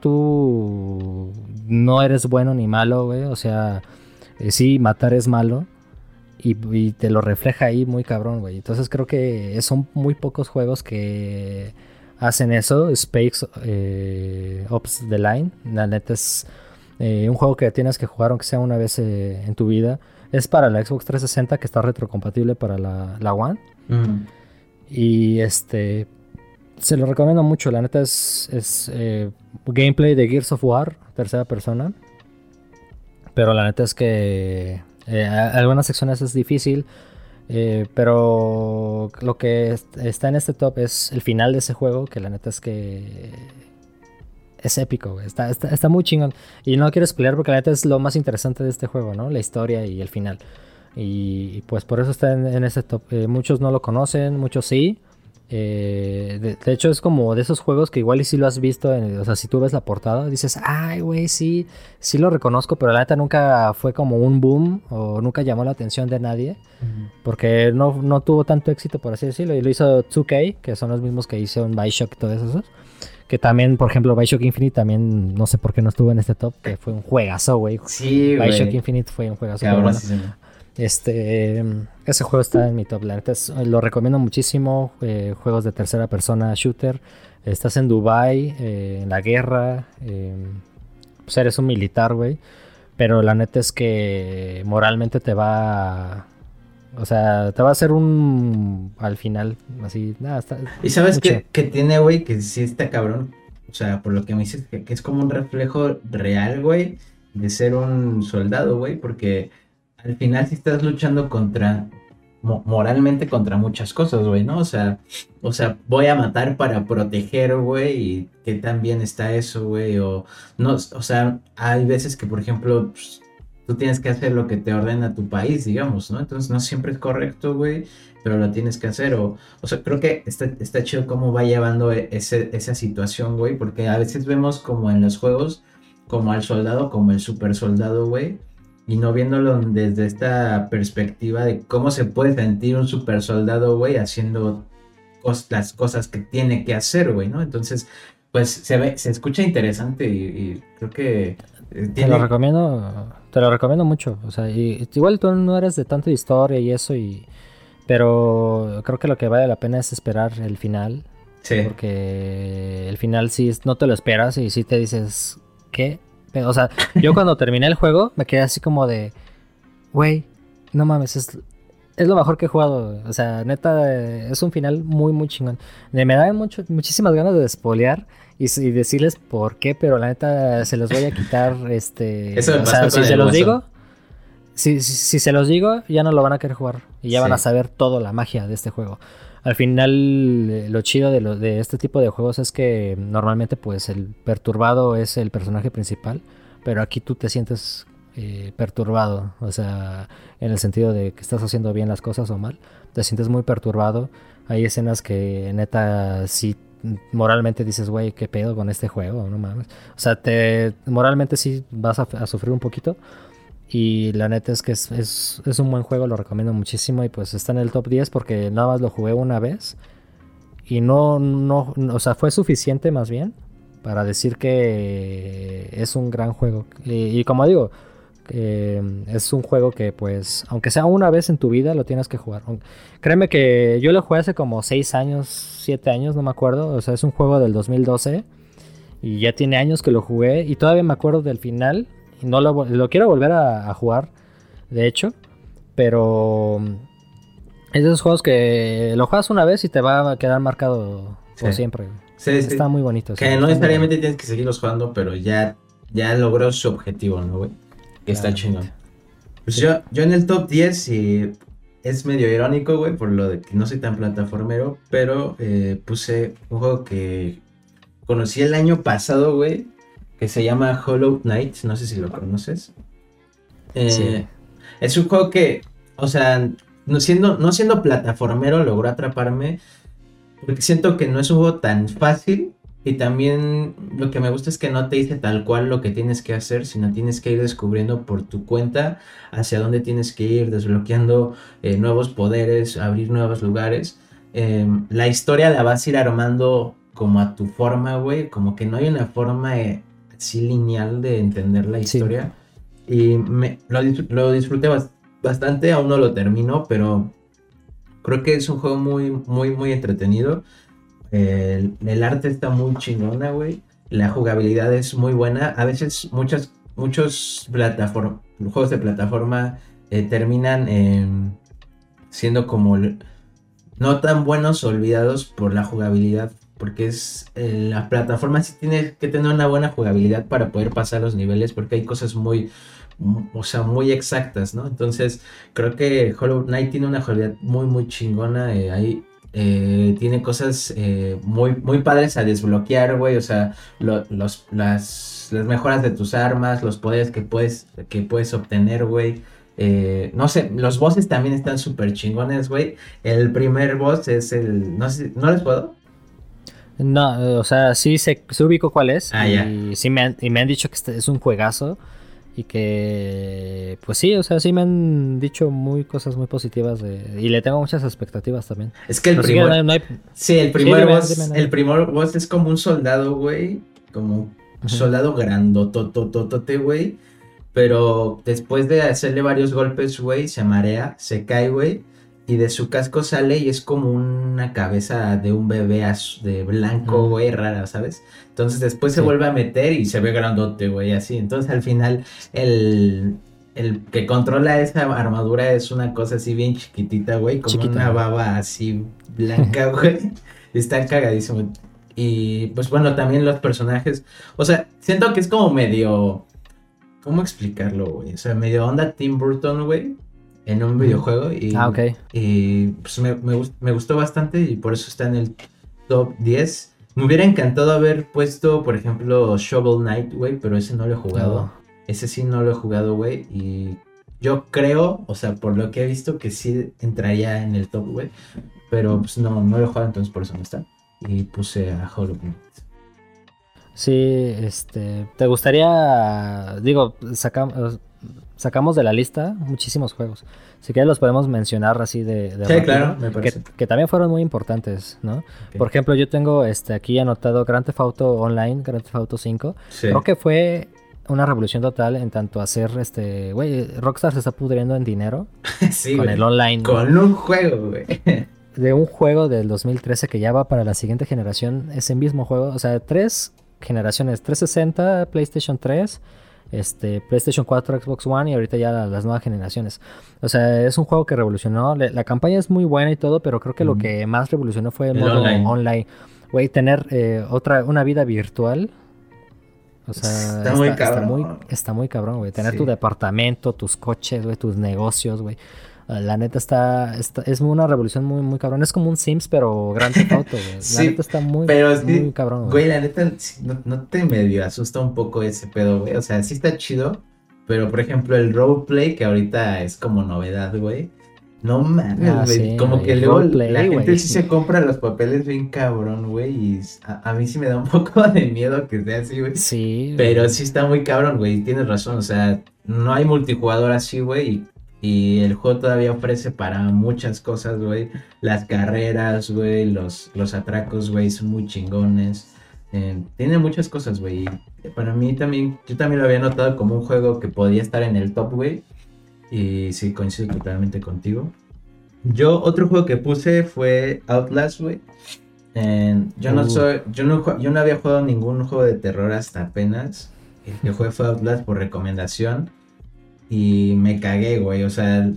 tú no eres bueno ni malo, güey. O sea, eh, sí, matar es malo. y, y te lo refleja ahí muy cabrón, güey. Entonces creo que son muy pocos juegos que hacen eso. Space eh, Ops the Line, la neta es eh, un juego que tienes que jugar aunque sea una vez eh, en tu vida. Es para la Xbox trescientos sesenta, que está retrocompatible para la, la One. Mm. Y este se lo recomiendo mucho. La neta es, es eh, gameplay de Gears of War, tercera persona. Pero la neta es que eh, a- algunas secciones es difícil. eh, pero lo que est- está en este top es el final de ese juego, que la neta es que es épico, güey. Está, está, está muy chingón. Y no quiero spoilear porque la neta es lo más interesante de este juego, ¿no? La historia y el final. Y, y pues por eso está en, en ese top. Eh, muchos no lo conocen, muchos sí. Eh, de, de hecho es como de esos juegos que igual y si lo has visto, en- o sea, si tú ves la portada, dices, ay, güey, sí, sí lo reconozco, pero la neta nunca fue como un boom o nunca llamó la atención de nadie, porque no, no tuvo tanto éxito, por así decirlo, y lo hizo dos K, que son los mismos que hicieron Bioshock y todo eso. Que también, por ejemplo, Bioshock Infinite también, no sé por qué no estuvo en este top, que fue un juegazo, güey. Sí, Bioshock güey. Infinite fue un juegazo. Pero bueno, Cabrón. este, ese juego está en mi top, la neta es- lo recomiendo muchísimo. eh, juegos de tercera persona, shooter. Estás en Dubai, eh, en la guerra. eh, pues eres un militar, güey. Pero la neta es que moralmente te va a- o sea, te va a hacer un al final, así, nada, está ¿Y sabes muy chido. qué, qué tiene, güey? Que sí está cabrón. O sea, por lo que me dices, que, que es como un reflejo real, güey, de ser un soldado, güey, porque al final sí estás luchando contra, mo- moralmente contra muchas cosas, güey, ¿no? O sea, o sea, voy a matar para proteger, güey, y qué tan bien está eso, güey, o no, o sea, hay veces que, por ejemplo, pues, tú tienes que hacer lo que te ordena tu país, digamos, ¿no? Entonces no siempre es correcto, güey, pero lo tienes que hacer, o o sea, creo que está, está chido cómo va llevando e- ese, esa situación, güey, porque a veces vemos como en los juegos, como al soldado, como el super soldado, güey, y no viéndolo desde esta perspectiva de cómo se puede sentir un super soldado, güey, haciendo cos- las cosas que tiene que hacer, güey, ¿no? Entonces, pues se ve, se escucha interesante y, y creo que eh, Te lo tiene, recomiendo, te lo recomiendo mucho. O sea, y, igual tú no eres de tanta historia y eso, y, pero creo que lo que vale la pena es esperar el final, sí, porque el final sí es- no te lo esperas y sí te dices, ¿qué? Pero, o sea, yo cuando terminé el juego me quedé así como de, güey, no mames, es, es lo mejor que he jugado. O sea, neta, eh, es un final muy, muy chingón. Me me dan mucho, muchísimas ganas de despolear y, s- y decirles por qué, pero la neta se los voy a quitar. eso Este, me o pasó sea, con si se el los Warzone. digo, si, si, si se los digo, ya no lo van a querer jugar y ya van a Sí, saber toda la magia de este juego. Al final, eh, lo chido de, lo, de este tipo de juegos es que normalmente, pues, el perturbado es el personaje principal, pero aquí tú te sientes eh, perturbado, o sea, en el sentido de que estás haciendo bien las cosas o mal, te sientes muy perturbado. Hay escenas que neta sí moralmente dices, güey, ¿qué pedo con este juego? No mames. O sea, te moralmente sí vas a, a sufrir un poquito. Y la neta es que es, es, es un buen juego, lo recomiendo muchísimo. Y pues está en el top diez porque nada más lo jugué una vez. Y no, no, no, o sea, fue suficiente más bien para decir que es un gran juego. Y, y como digo, eh, es un juego que pues, aunque sea una vez en tu vida, lo tienes que jugar. Aun- Créeme que yo lo jugué hace como seis años, siete años, no me acuerdo. O sea, es un juego del dos mil doce y ya tiene años que lo jugué y todavía me acuerdo del final. Y no lo, vol- lo quiero volver a, a jugar, de hecho, pero es de esos juegos que lo juegas una vez y te va a quedar marcado por sí, siempre. sí, Está sí. muy bonito, sí, Que no está muy bonito. necesariamente tienes que seguirlos jugando, pero ya, ya logró su objetivo, ¿no, güey? Que está Claramente. chingón. Pues Sí. yo, yo en el top diez y es medio irónico, güey, por lo de que no soy tan plataformero, pero eh, puse un juego que conocí el año pasado, güey, que se llama Hollow Knight, no sé si lo conoces. Sí. Eh, es un juego que, o sea, no siendo, no siendo plataformero logró atraparme, porque siento que no es un juego tan fácil y también lo que me gusta es que no te dice tal cual lo que tienes que hacer, sino tienes que ir descubriendo por tu cuenta hacia dónde tienes que ir, desbloqueando eh, nuevos poderes, abrir nuevos lugares. Eh, la historia la vas a ir armando como a tu forma, güey, como que no hay una forma eh, así lineal de entender la Sí. historia. Y me, lo, dis- lo disfruté bastante. bastante, aún no lo termino, pero creo que es un juego muy, muy, muy entretenido. El, el arte está muy chingona, güey. La jugabilidad es muy buena. A veces muchas, muchos plataform- juegos de plataforma eh, terminan eh, siendo como l- no tan buenos, olvidados por la jugabilidad. Porque es eh, la plataforma sí tiene que tener una buena jugabilidad para poder pasar los niveles. Porque hay cosas muy, mu- o sea, muy exactas, ¿no? Entonces, creo que Hollow Knight tiene una jugabilidad muy, muy chingona. Eh, ahí eh, tiene cosas eh, muy, muy padres a desbloquear, güey. O sea, lo- los, las, las mejoras de tus armas, los poderes que puedes, que puedes obtener, güey. Eh, no sé, los bosses también están súper chingones, güey. El primer boss es el. No sé, ¿no les puedo? No, eh, o sea, sí se, se ubico cuál es Ah, ya. y sí me han, y me han dicho que este es un juegazo y que, pues sí, o sea, sí me han dicho muy cosas muy positivas de, y le tengo muchas expectativas también. Es que el Así que no primer. hay, no hay- Sí, el sí, primer dime, dime, boss. El dime. primer boss es como un soldado, güey. Como un Ujú. soldado grandotototote, güey. Pero después de hacerle varios golpes, güey, se marea, se cae, güey. Y de su casco sale y es como una cabeza de un bebé az- de blanco, Mm, güey, rara, ¿sabes? Entonces después se sí, vuelve a meter y se ve grandote, güey, así. Entonces al final el, el que controla esa armadura es una cosa así bien chiquitita, güey, como una chiquita. baba así blanca, güey. Está cagadísimo. Y pues bueno, también los personajes. O sea, siento que es como medio. ¿Cómo explicarlo, güey? O sea, medio onda Tim Burton, güey, en un Ujú. videojuego Ah, y, ok. y, pues me, me gust- me gustó bastante y por eso está en el top diez. Me hubiera encantado haber puesto, por ejemplo, Shovel Knight, güey, pero ese no lo he jugado. Oh. Ese sí no lo he jugado, güey, y yo creo, o sea, por lo que he visto, que sí entraría en el top, güey, pero pues no, no lo he jugado, entonces por eso no está. Y puse a Hollow Knight. Sí, este, ¿te gustaría, digo, sacamos, sacamos de la lista muchísimos juegos. Si quieres los podemos mencionar así de, de Sí, claro, rápido, me que, parece. que también fueron muy importantes, ¿no? Ok. Por ejemplo, yo tengo este aquí anotado Grand Theft Auto Online, Grand Theft Auto cinco. Sí. Creo que fue una revolución total en tanto hacer este, güey, Rockstar se está pudriendo en dinero Sí, con el güey. online, güey. Con un juego, güey. De un juego del dos mil trece que ya va para la siguiente generación, ese mismo juego, o sea, tres generaciones, trescientos sesenta, PlayStation tres, este, PlayStation cuatro, Xbox One y ahorita ya la- las nuevas generaciones. O sea, es un juego que revolucionó, le- la campaña es muy buena y todo, pero creo que lo Mm. que más revolucionó fue el El modo online. online. Güey, tener eh, otra, una vida virtual. O sea, Está muy está, está muy, cabrón. está muy cabrón, güey. Tener tu Sí. departamento, tus coches, güey, tus negocios, güey. Ah, La neta está, está- es una revolución muy, muy cabrón. Es como un Sims, pero Grand Theft Auto, güey. La neta Sí, está muy, pero muy sí, cabrón, güey. güey, la neta, sí, no, no te medio asusta un poco ese pedo, güey. O sea, sí está chido, pero por ejemplo, el roleplay, que ahorita es como novedad, güey. No mames, Ah, güey. sí, Como güey. que El luego la roleplay, gente güey. sí se compra los papeles bien cabrón, güey. Y a, a mí sí me da un poco de miedo que sea así, güey. Sí, Pero güey. sí está muy cabrón, güey. Tienes razón. O sea, no hay multijugador así, güey. Y, y el juego todavía ofrece para muchas cosas, güey. Las carreras, güey. Los, los atracos, güey, son muy chingones. Eh, tiene muchas cosas, güey. y Para mí también, yo también lo había notado como un juego que podía estar en el top, güey. Y sí, coincido totalmente contigo. Yo, otro juego que puse fue Outlast, güey. Eh, yo no Uh, soy, yo no, jue- yo no había jugado ningún juego de terror hasta apenas. El que jugué fue Outlast por recomendación. Y me cagué, güey. O sea,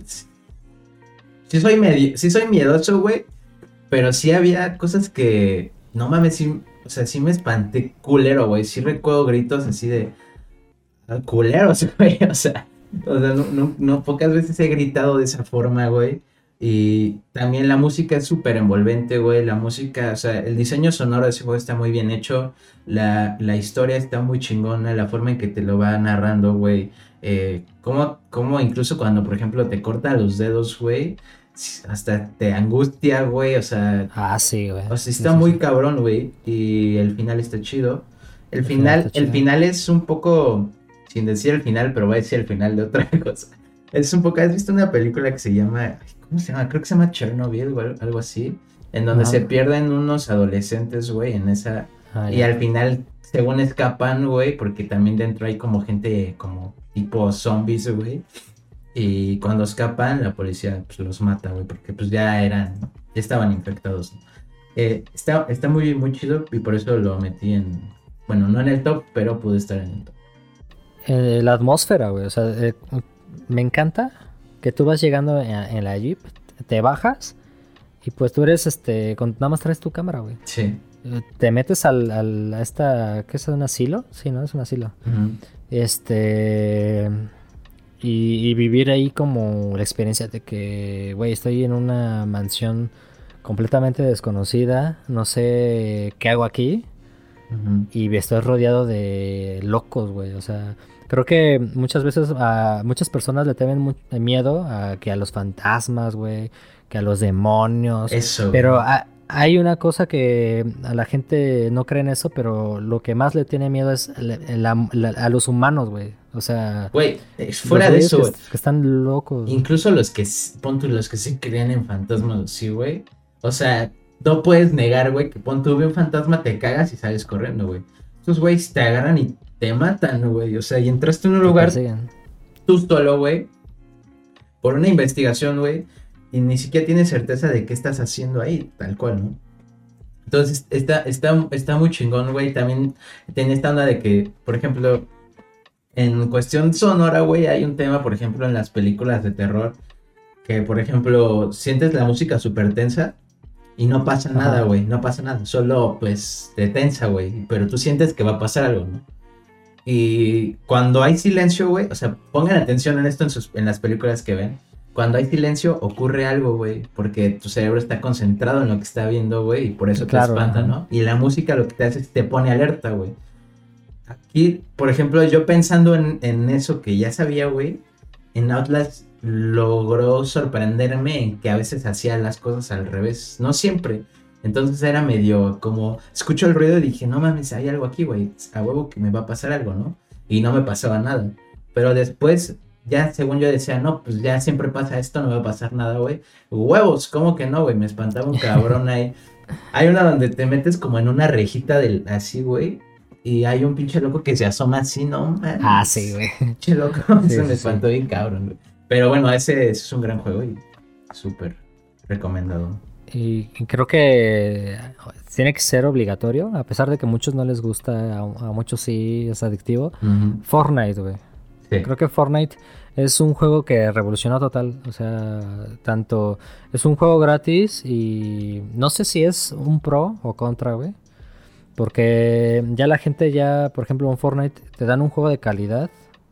sí soy medio, sí soy miedoso, güey. Pero sí había cosas que, no mames, sí, o sea, sí me espanté culero, güey. Sí recuerdo gritos así de "Ah, culeros, güey". O sea, o sea, no, no, no pocas veces he gritado de esa forma, güey. Y también la música es súper envolvente, güey. La música, o sea, el diseño sonoro de ese juego está muy bien hecho. La, la historia está muy chingona. La forma en que te lo va narrando, güey. Eh, como, como incluso cuando, por ejemplo, te corta los dedos, güey. Hasta te angustia, güey. O sea, ah, sí, güey. o sea, Sí, está sí, muy sí. cabrón, güey. Y el final está chido. El El final final, está el chido. final es un poco, sin decir el final, pero voy a decir el final de otra cosa. Es un poco, ¿has visto una película que se llama, ay, ¿cómo se llama? Creo que se llama Chernobyl o al- algo así, en donde se Ajá. pierden unos adolescentes, güey, en esa, Ah, y ya. al final, según escapan, güey, porque también dentro hay como gente como tipo zombies, güey. Y cuando escapan, la policía pues, los mata, güey, porque pues ya eran, ya estaban infectados, ¿no? Eh, está, está muy, muy chido y por eso lo metí en, bueno, no en el top, pero pude estar en el top. Eh, la atmósfera, güey. O sea, eh, me encanta que tú vas llegando en, en la Jeep, te bajas y pues tú eres, este, con, nada más traes tu cámara, güey. Sí. Eh, Te metes al, al- a esta, ¿qué es un asilo? Sí, ¿no? Es un asilo. Uh-huh. Este... Y, y vivir ahí como la experiencia de que, güey, estoy en una mansión completamente desconocida, no sé qué hago aquí Uh-huh. y estoy rodeado de locos, güey. O sea, creo que muchas veces a muchas personas le temen mu- miedo a que a los fantasmas, güey, que a los demonios, Eso, pero güey. a- hay una cosa que a la gente no cree en eso, pero lo que más le tiene miedo es la- la- la- a los humanos, güey. O sea, Güey, es los fuera de güeyes eso, que, güey. est- que están locos. Incluso los que, s- pon tú, los que se crean en fantasmas, sí, güey. O sea, no puedes negar, güey, que pon tú, ve un fantasma, te cagas y sales corriendo, güey. Estos güeyes te agarran y te matan, güey. O sea, y entraste en un Te lugar persiguen. tú solo, güey, por una investigación, güey, y ni siquiera tienes certeza de qué estás haciendo ahí, tal cual, ¿no? Entonces, está, está, está muy chingón, güey. También tiene esta onda de que, por ejemplo, en cuestión sonora, güey, hay un tema, por ejemplo, en las películas de terror, que, por ejemplo, sientes la música súper tensa y no pasa nada, Ajá. güey, no pasa nada. Solo, pues, te tensa, güey, pero tú sientes que va a pasar algo, ¿no? Y cuando hay silencio, güey, o sea, pongan atención en esto en, sus, en las películas que ven. Cuando hay silencio ocurre algo, güey, porque tu cerebro está concentrado en lo que está viendo, güey, y por eso te Claro, espanta, ajá. ¿no? Y la música lo que te hace es te pone alerta, güey. Aquí, por ejemplo, yo pensando en, en eso que ya sabía, güey, en Outlast logró sorprenderme en que a veces hacía las cosas al revés, no siempre. Entonces era medio como, escucho el ruido y dije, no mames, hay algo aquí, güey, a huevo que me va a pasar algo, ¿no? Y no me pasaba nada. Pero después, ya según yo decía, no, pues ya siempre pasa esto, no me va a pasar nada, güey. Huevos, ¿cómo que no, güey? Me espantaba un cabrón ahí. Hay una donde te metes como en una rejita del así, güey. Y hay un pinche loco que se asoma así, no Ah, sí, mames. güey. Pinche loco, Sí, se me sí, sí. espantó bien cabrón, güey. Pero bueno, ese, ese es un gran juego y súper recomendado. Y creo que tiene que ser obligatorio, a pesar de que a muchos no les gusta, a, a muchos sí es adictivo. Uh-huh. Fortnite, güey. Sí. Creo que Fortnite es un juego que revolucionó total. O sea, tanto es un juego gratis y no sé si es un pro o contra, güey. Porque ya la gente ya, por ejemplo, en Fortnite te dan un juego de calidad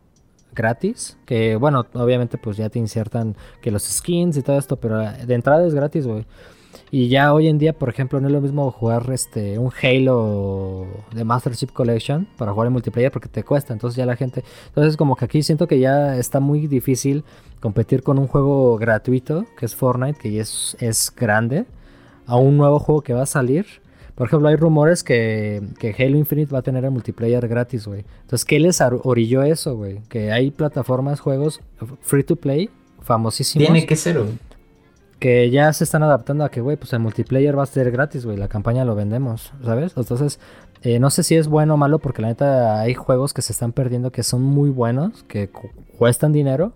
gratis. Que bueno, obviamente pues ya te insertan que los skins y todo esto, pero de entrada es gratis, güey. Y ya hoy en día, por ejemplo, no es lo mismo jugar este un Halo de Master Chief Collection para jugar en multiplayer porque te cuesta. Entonces ya la gente... Entonces como que aquí siento que ya está muy difícil competir con un juego gratuito, que es Fortnite, que ya es, es grande, a un nuevo juego que va a salir. Por ejemplo, hay rumores que, que Halo Infinite va a tener el multiplayer gratis, güey. Entonces, ¿qué les ar- orilló eso, güey? Que hay plataformas, juegos free to play, famosísimos, Tiene que ser, güey. que ya se están adaptando a que, güey, pues el multiplayer va a ser gratis, güey, la campaña lo vendemos, ¿sabes? Entonces, eh, no sé si es bueno o malo, porque la neta hay juegos que se están perdiendo que son muy buenos, que cu- cuestan dinero,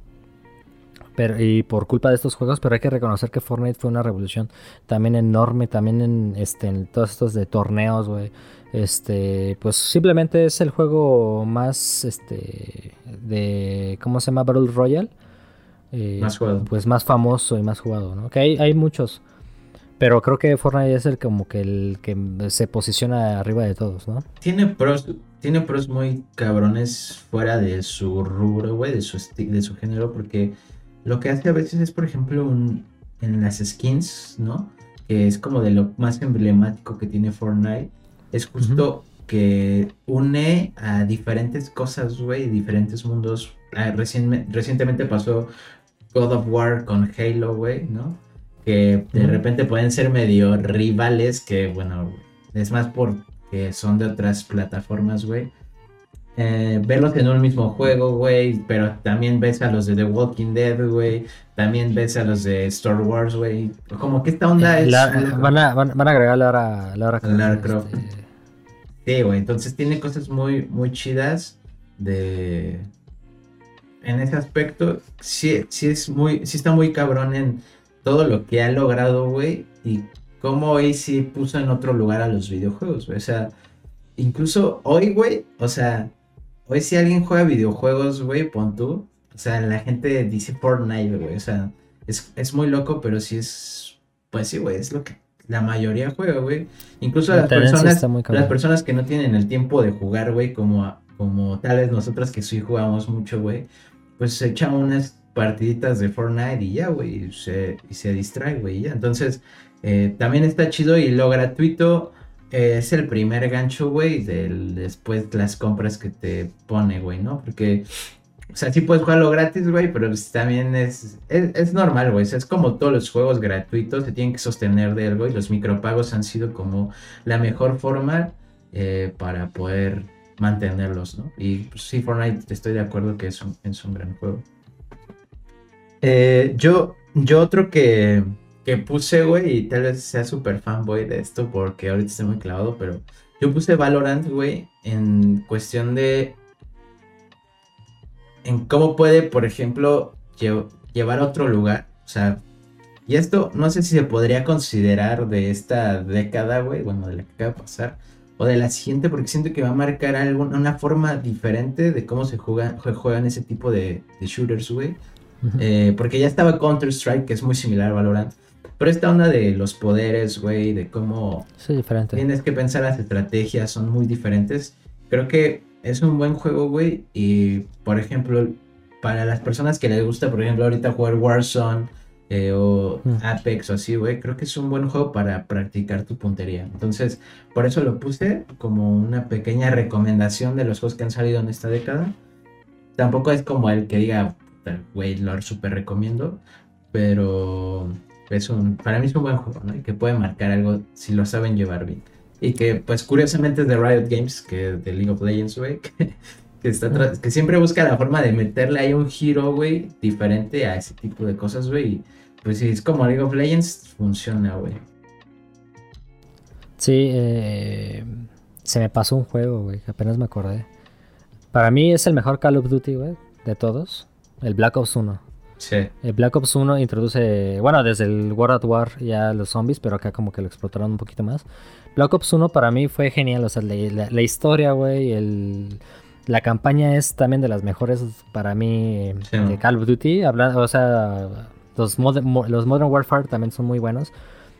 pero, y por culpa de estos juegos, pero hay que reconocer que Fortnite fue una revolución también enorme, también en, este, en todos estos de torneos, güey. Este, pues simplemente es el juego más, este, de, ¿cómo se llama? Battle Royale, eh, Más jugado. pues más famoso y más jugado, ¿no? Que hay, hay muchos, pero creo que Fortnite es el como que el que se posiciona arriba de todos, ¿no? Tiene pros, tiene pros muy cabrones fuera de su rubro, güey, de su esti- de su género, porque lo que hace a veces es, por ejemplo, un, en las skins, ¿no? Que es como de lo más emblemático que tiene Fortnite, es Ujú. justo que une a diferentes cosas, güey, diferentes mundos. Ah, recien- recientemente pasó God of War con Halo, güey, ¿no? Que de Ujú. repente pueden ser medio rivales, que bueno, es más porque son de otras plataformas, güey. Eh, verlos en un mismo juego, güey, pero también ves a los de The Walking Dead, güey, también ves a los de Star Wars, güey. Como que esta onda Eh, es muy la- loca. van a, van, van a agregar Lara, Lara Croft, Lara Croft. este, Sí, güey, entonces tiene cosas muy, muy chidas de... en ese aspecto, sí, sí es muy, sí está muy cabrón en todo lo que ha logrado, güey, y cómo hoy sí puso en otro lugar a los videojuegos, güey. O sea, incluso hoy, güey, o sea, hoy si alguien juega videojuegos, güey, pon tú, o sea, la gente dice Fortnite, güey, o sea, es, es muy loco, pero sí es, pues sí, güey, es lo que la mayoría juega, güey. Incluso La las tendencia personas, está muy las cabrón. personas que no tienen el tiempo de jugar, güey, como, a- como tal vez nosotras que sí jugamos mucho, güey, pues se echan unas partiditas de Fortnite y ya, güey, y se, y se distrae, güey, y ya. Entonces, eh, también está chido y lo gratuito eh, es el primer gancho, güey, del, después las compras que te pone, güey, ¿no? Porque, o sea, sí puedes jugarlo gratis, güey, pero pues también es, es, es normal, güey. O sea, es como todos los juegos gratuitos, se tienen que sostener de algo y los micropagos han sido como la mejor forma eh, para poder mantenerlos, ¿no? Y pues, sí, Fortnite, estoy de acuerdo que es un, es un gran juego. Eh, yo, yo otro que, que puse, güey, y tal vez sea súper fanboy de esto porque ahorita estoy muy clavado, pero yo puse Valorant, güey, en cuestión de en cómo puede, por ejemplo, lle- llevar a otro lugar. O sea, y esto no sé si se podría considerar de esta década, güey, bueno, de la que acaba de pasar, o de la siguiente, porque siento que va a marcar algo, una forma diferente de cómo se juegan, jue- juegan ese tipo de, de shooters, güey. Ujú. Eh, porque ya estaba Counter-Strike, que es muy similar a Valorant. Pero esta onda de los poderes, güey, de cómo Sí, diferente. tienes que pensar las estrategias, son muy diferentes. Creo que es un buen juego, güey. Y, por ejemplo, para las personas que les gusta, por ejemplo, ahorita jugar Warzone eh, o Mm. Apex o así, güey, creo que es un buen juego para practicar tu puntería. Entonces, por eso lo puse como una pequeña recomendación de los juegos que han salido en esta década. Tampoco es como el que diga, "Puta, güey, lo super recomiendo", pero es un, para mí es un buen juego, ¿no? Y que puede marcar algo si lo saben llevar bien. Y que, pues, curiosamente es de Riot Games, que de League of Legends, güey, que, que está Mm. tra- que siempre busca la forma de meterle ahí un giro, güey, diferente a ese tipo de cosas, güey. Y pues si es como League of Legends, funciona, güey. Sí, eh, se me pasó un juego, güey, que apenas me acordé. Para mí es el mejor Call of Duty, güey, de todos. El Black Ops uno. Sí. El Black Ops uno introduce, bueno, desde el World at War ya los zombies, pero acá como que lo explotaron un poquito más. Black Ops uno para mí fue genial, o sea, la, la- la historia, güey, el, la campaña es también de las mejores para mí Sí, de man. Call of Duty. Habla, o sea, los, Modern- mo- los Modern Warfare también son muy buenos,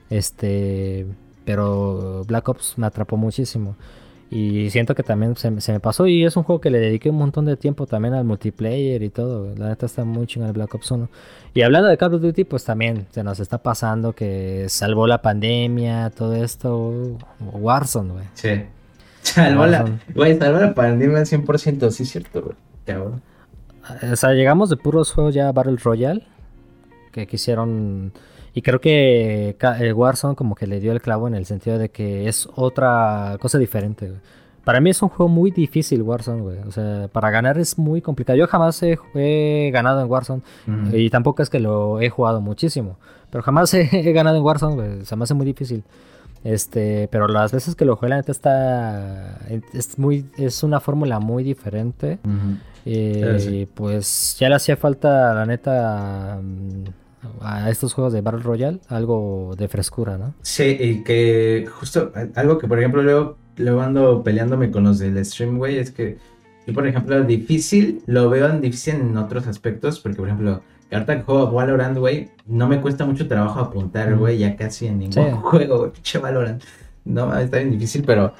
este, pero Black Ops me atrapó muchísimo. Y siento que también se, me se me pasó y es un juego que le dediqué un montón de tiempo también al multiplayer y todo, güey. La neta está muy chingón el Black Ops uno. Y hablando de Call of Duty, pues también se nos está pasando que salvó la pandemia, todo esto. Warzone, güey. Sí. Salvó la, Warzone. güey, salvó la pandemia al cien por ciento, sí es cierto, güey. Cabrón. O sea, llegamos de puros juegos ya Battle Royale que quisieron. Y creo que ca- el Warzone como que le dio el clavo en el sentido de que es otra cosa diferente, güey. Para mí es un juego muy difícil Warzone, güey. O sea, para ganar es muy complicado. Yo jamás he, he ganado en Warzone Ujú. y tampoco es que lo he jugado muchísimo. Pero jamás he, he ganado en Warzone, güey. Se me hace muy difícil. Este, pero las veces que lo jugué, la neta está. Es muy, es una fórmula muy diferente. Ujú. Pero sí. Eh, pues ya le hacía falta, la neta, mm, a estos juegos de Battle Royale, algo de frescura, ¿no? Sí, y que justo a- algo que por ejemplo luego, luego ando peleándome con los del stream, güey, es que yo por ejemplo difícil lo veo en difícil en otros aspectos, porque por ejemplo, que ahorita que juego Valorant, güey, no me cuesta mucho trabajo apuntar, Mm, güey, ya casi en sí, ningún juego, güey, pinche Valorant. No, está bien difícil, pero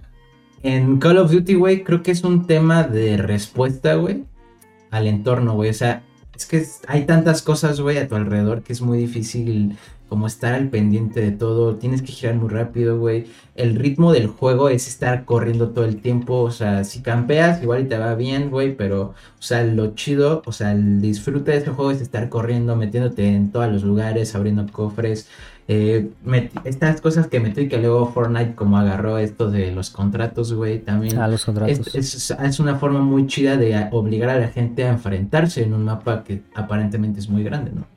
en Call of Duty, güey, creo que es un tema de respuesta, güey, al entorno, güey. O sea, es que es- hay tantas cosas, güey, a tu alrededor que es muy difícil como estar al pendiente de todo. Tienes que girar muy rápido, güey. El ritmo del juego es estar corriendo todo el tiempo. O sea, si campeas, igual y te va bien, güey. Pero, o sea, lo chido, o sea, el disfrute de ese juego es estar corriendo, metiéndote en todos los lugares, abriendo cofres. Eh, met- estas cosas que metió y que luego Fortnite como agarró esto de los contratos, güey, también a los es, contratos. es, es una forma muy chida de a- obligar a la gente a enfrentarse en un mapa que aparentemente es muy grande, ¿no?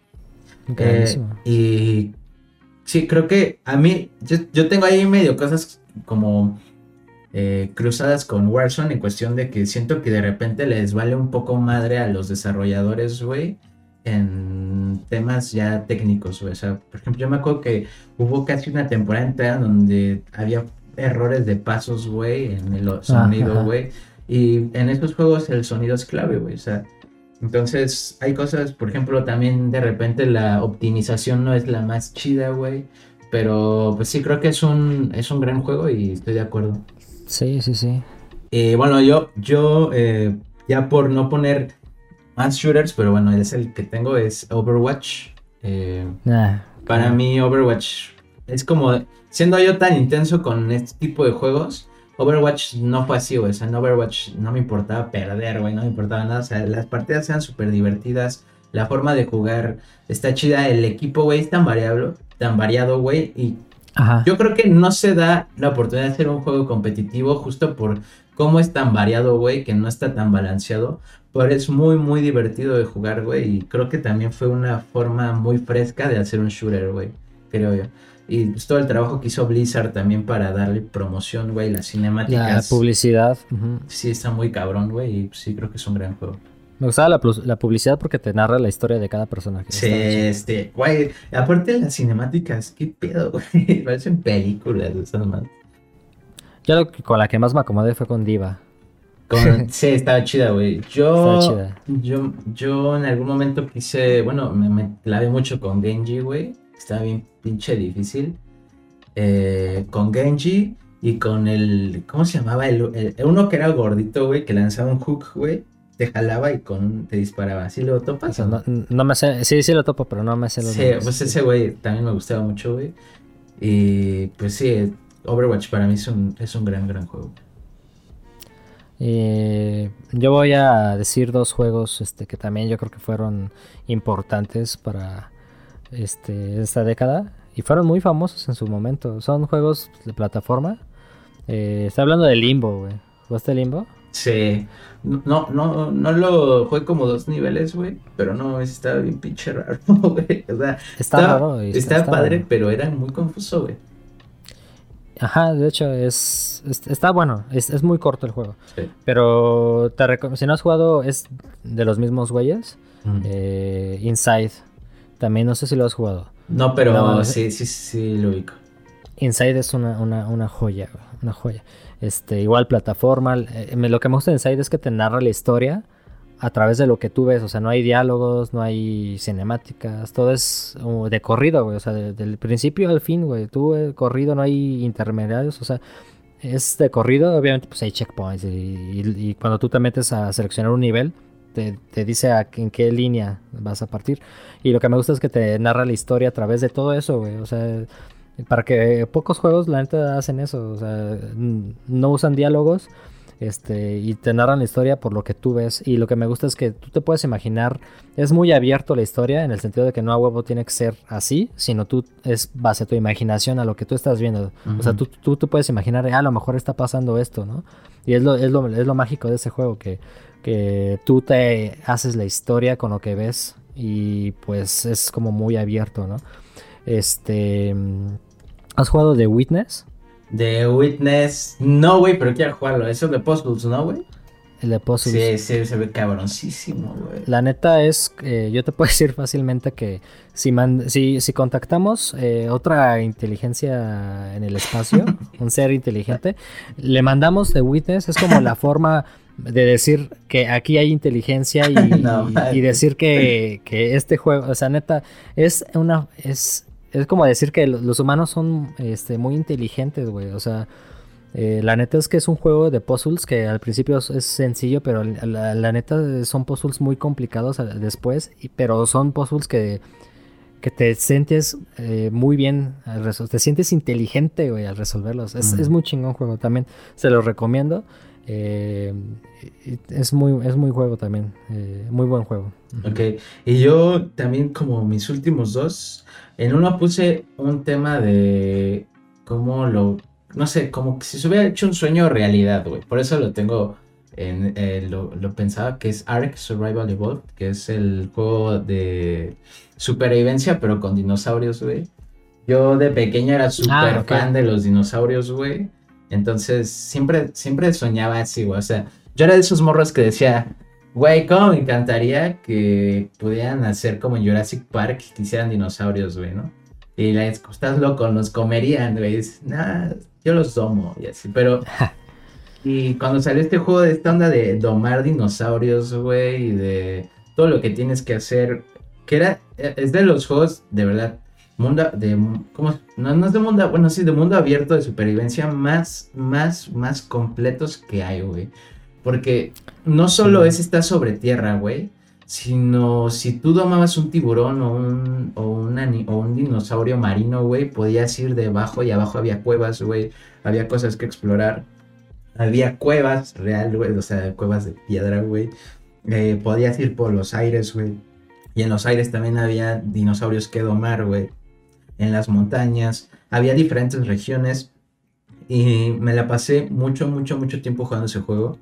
Eh, Grandísimo. y sí, creo que a mí, yo, yo tengo ahí medio cosas como eh, cruzadas con Warzone en cuestión de que siento que de repente les vale un poco madre a los desarrolladores, güey, en temas ya técnicos, güey. O sea, por ejemplo, yo me acuerdo que hubo casi una temporada entera donde había errores de pasos, güey, en el sonido, güey. Y en estos juegos el sonido es clave, güey. O sea, entonces hay cosas, por ejemplo, también de repente la optimización no es la más chida, güey. Pero pues sí, creo que es un, es un gran juego y estoy de acuerdo. Sí, sí, sí. Y bueno, yo, yo eh, ya por no poner más shooters, pero bueno, es el que tengo, es Overwatch. Eh, Ah, para claro. mí Overwatch es como, siendo yo tan intenso con este tipo de juegos, Overwatch no fue así, güey. O sea, en Overwatch no me importaba perder, güey, no me importaba nada. O sea, las partidas eran súper divertidas, la forma de jugar está chida, el equipo, güey, es tan variable, tan variado, güey, y Ajá. yo creo que no se da la oportunidad de hacer un juego competitivo justo por cómo es tan variado, güey, que no está tan balanceado, pero es muy, muy divertido de jugar, güey, y creo que también fue una forma muy fresca de hacer un shooter, güey, creo yo. Y pues todo el trabajo que hizo Blizzard también para darle promoción, güey, las La cinemáticas, publicidad. Uh-huh. sí está muy cabrón, güey, y sí creo que es un gran juego. Me gustaba la, plus- la publicidad porque te narra la historia de cada personaje. Sí, Estaba chido. este, güey, aparte de las cinemáticas, qué pedo, güey, parecen películas esas más. Yo lo que- con la que más me acomodé fue con Diva. Con, sí, estaba chida, güey. Estaba Yo, chida. yo, yo en algún momento quise, bueno, me, me clavé mucho con Genji, güey. Estaba bien pinche difícil. Eh, con Genji y con el, ¿cómo se llamaba? El, el- el uno que era gordito, güey, que lanzaba un hook, güey. Te jalaba y con, te disparaba. ¿Así lo O topas sea, o no, no? no me sé. Sí, sí lo topo, pero no me sé los Sí, nombres. pues Sí. ese güey también me gustaba mucho, güey. Y pues sí, Overwatch para mí es un, es un gran, gran juego. Eh, yo voy a decir dos juegos este, que también yo creo que fueron importantes para este, esta década y fueron muy famosos en su momento. Son juegos de plataforma. Eh, estoy hablando de Limbo, güey. ¿Jugaste Limbo? Sí, no, no, no lo jugué como dos niveles, güey, pero no, estaba bien pinche raro, güey, o sea, Está estaba, raro y está, estaba está padre, bueno. pero era muy confuso, güey. Ajá, de hecho es, es- está bueno, es, es muy corto el juego. Sí. Pero te recom- si no has jugado, es de los mismos güeyes. Mm. eh, Inside, también no sé si lo has jugado. No, No pero mames, sí, sí, sí lo ubico. Inside es una, una, una joya, güey, una joya. Este, igual plataforma. eh, me- lo que me gusta de Inside es que te narra la historia a través de lo que tú ves. O sea, no hay diálogos, no hay cinemáticas, todo es uh, de corrido, güey. O sea, de- del principio al fin, güey. Tú eh, corrido, no hay intermediarios. O sea, es de corrido. Obviamente, pues hay checkpoints. Y, y- y cuando tú te metes a seleccionar un nivel, te, te dice a, en qué línea vas a partir. Y lo que me gusta es que te narra la historia a través de todo eso, güey. O sea, para que pocos juegos, la neta, hacen eso. O sea, n- no usan diálogos. Este, y te narran la historia por lo que tú ves. Y lo que me gusta es que tú te puedes imaginar. Es muy abierto la historia. En el sentido de que no a huevo tiene que ser así. Sino tú es base a tu imaginación, a lo que tú estás viendo. O sea, Ujú. tú, tú, tú puedes imaginar, ah, a lo mejor está pasando esto, ¿no? Y es lo, es lo, es lo mágico de ese juego. Que, que tú te haces la historia con lo que ves. Y pues es como muy abierto, ¿no? Este. ¿Has jugado The Witness? The Witness, no, güey, pero quiero jugarlo. Eso de Puzzles, ¿no, güey? El de Puzzles. Sí, sí, se ve cabroncísimo, güey. La neta es, eh, yo te puedo decir fácilmente que si, man- si, si contactamos eh, otra inteligencia en el espacio, un ser inteligente, le mandamos The Witness, es como la forma de decir que aquí hay inteligencia y, No, y- y decir que, que este juego, o sea, neta, es una, es, es como decir que lo- los humanos son este, muy inteligentes, güey, o sea... Eh, la neta es que es un juego de puzzles que al principio es, es sencillo, pero la, la- la neta son puzzles muy complicados a- después, y- pero son puzzles que, que te sientes eh, muy bien al resolver, te sientes inteligente, güey, al resolverlos. Es, Mm. es muy chingón juego también, se lo recomiendo. eh, y- y es muy, es muy juego también, eh, muy buen juego. Ujú. Ok, y yo también como mis últimos dos, en uno puse un tema de cómo lo, no sé, como que si se hubiera hecho un sueño realidad, güey. Por eso lo tengo, en, eh, lo, lo pensaba que es Ark Survival Evolved, que es el juego de supervivencia, pero con dinosaurios, güey. Yo de pequeño era súper Ah, ok. fan de los dinosaurios, güey. Entonces, siempre, siempre soñaba así, güey. O sea, yo era de esos morros que decía, güey, cómo me encantaría que pudieran hacer como en Jurassic Park, que hicieran dinosaurios, güey, ¿no? Y la estás loco, nos comerían, güey. Dices, nah, yo los domo y así. Pero, y cuando salió este juego de esta onda de domar dinosaurios, güey, y de todo lo que tienes que hacer, que era, es de los juegos, de verdad, mundo, de, ¿cómo? No, no es de mundo, bueno, sí, de mundo abierto de supervivencia más, más, más completos que hay, güey. Porque no solo Sí. es estar sobre tierra, güey, sino si tú domabas un tiburón o un, o un, ani- o un dinosaurio marino, güey, podías ir debajo y abajo había cuevas, güey, había cosas que explorar. Había cuevas real, güey, o sea, cuevas de piedra, güey. Eh, podías ir por los aires, güey. Y en los aires también había dinosaurios que domar, güey. En las montañas. Había diferentes regiones. Y me la pasé mucho, mucho, mucho tiempo jugando ese juego.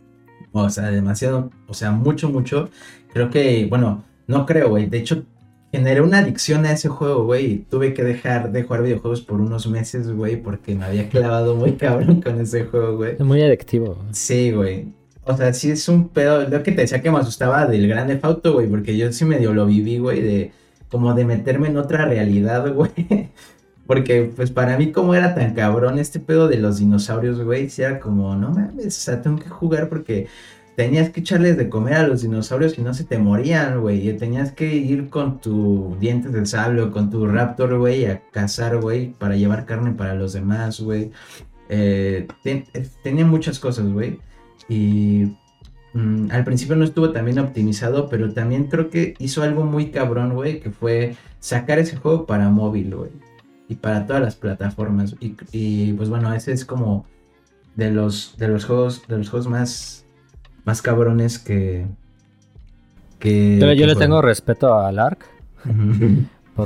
O sea, demasiado. O sea, mucho, mucho. Creo que, bueno, no creo, güey. De hecho, generé una adicción a ese juego, güey. Y tuve que dejar de jugar videojuegos por unos meses, güey. Porque me había clavado muy cabrón con ese juego, güey. Es muy adictivo. Sí, güey. O sea, sí es un pedo. Lo que te decía que me asustaba del Grand Theft Auto, güey, porque yo sí medio lo viví, güey, de como de meterme en otra realidad, güey. Porque, pues, para mí, como era tan cabrón este pedo de los dinosaurios, güey, sí era como, no mames, o sea, tengo que jugar porque tenías que echarles de comer a los dinosaurios y no se te morían, güey. Y tenías que ir con tu dientes de sable o con tu raptor, güey, a cazar, güey, para llevar carne para los demás, güey. Eh, ten- eh, tenía muchas cosas, güey. Y mm, al principio no estuvo tan bien optimizado, pero también creo que hizo algo muy cabrón, güey, que fue sacar ese juego para móvil, güey. Y para todas las plataformas. Y, y, pues bueno, ese es como de los, de los juegos, de los juegos más, más cabrones que, Yo, que, yo que le juego. tengo respeto al Ark Ujú.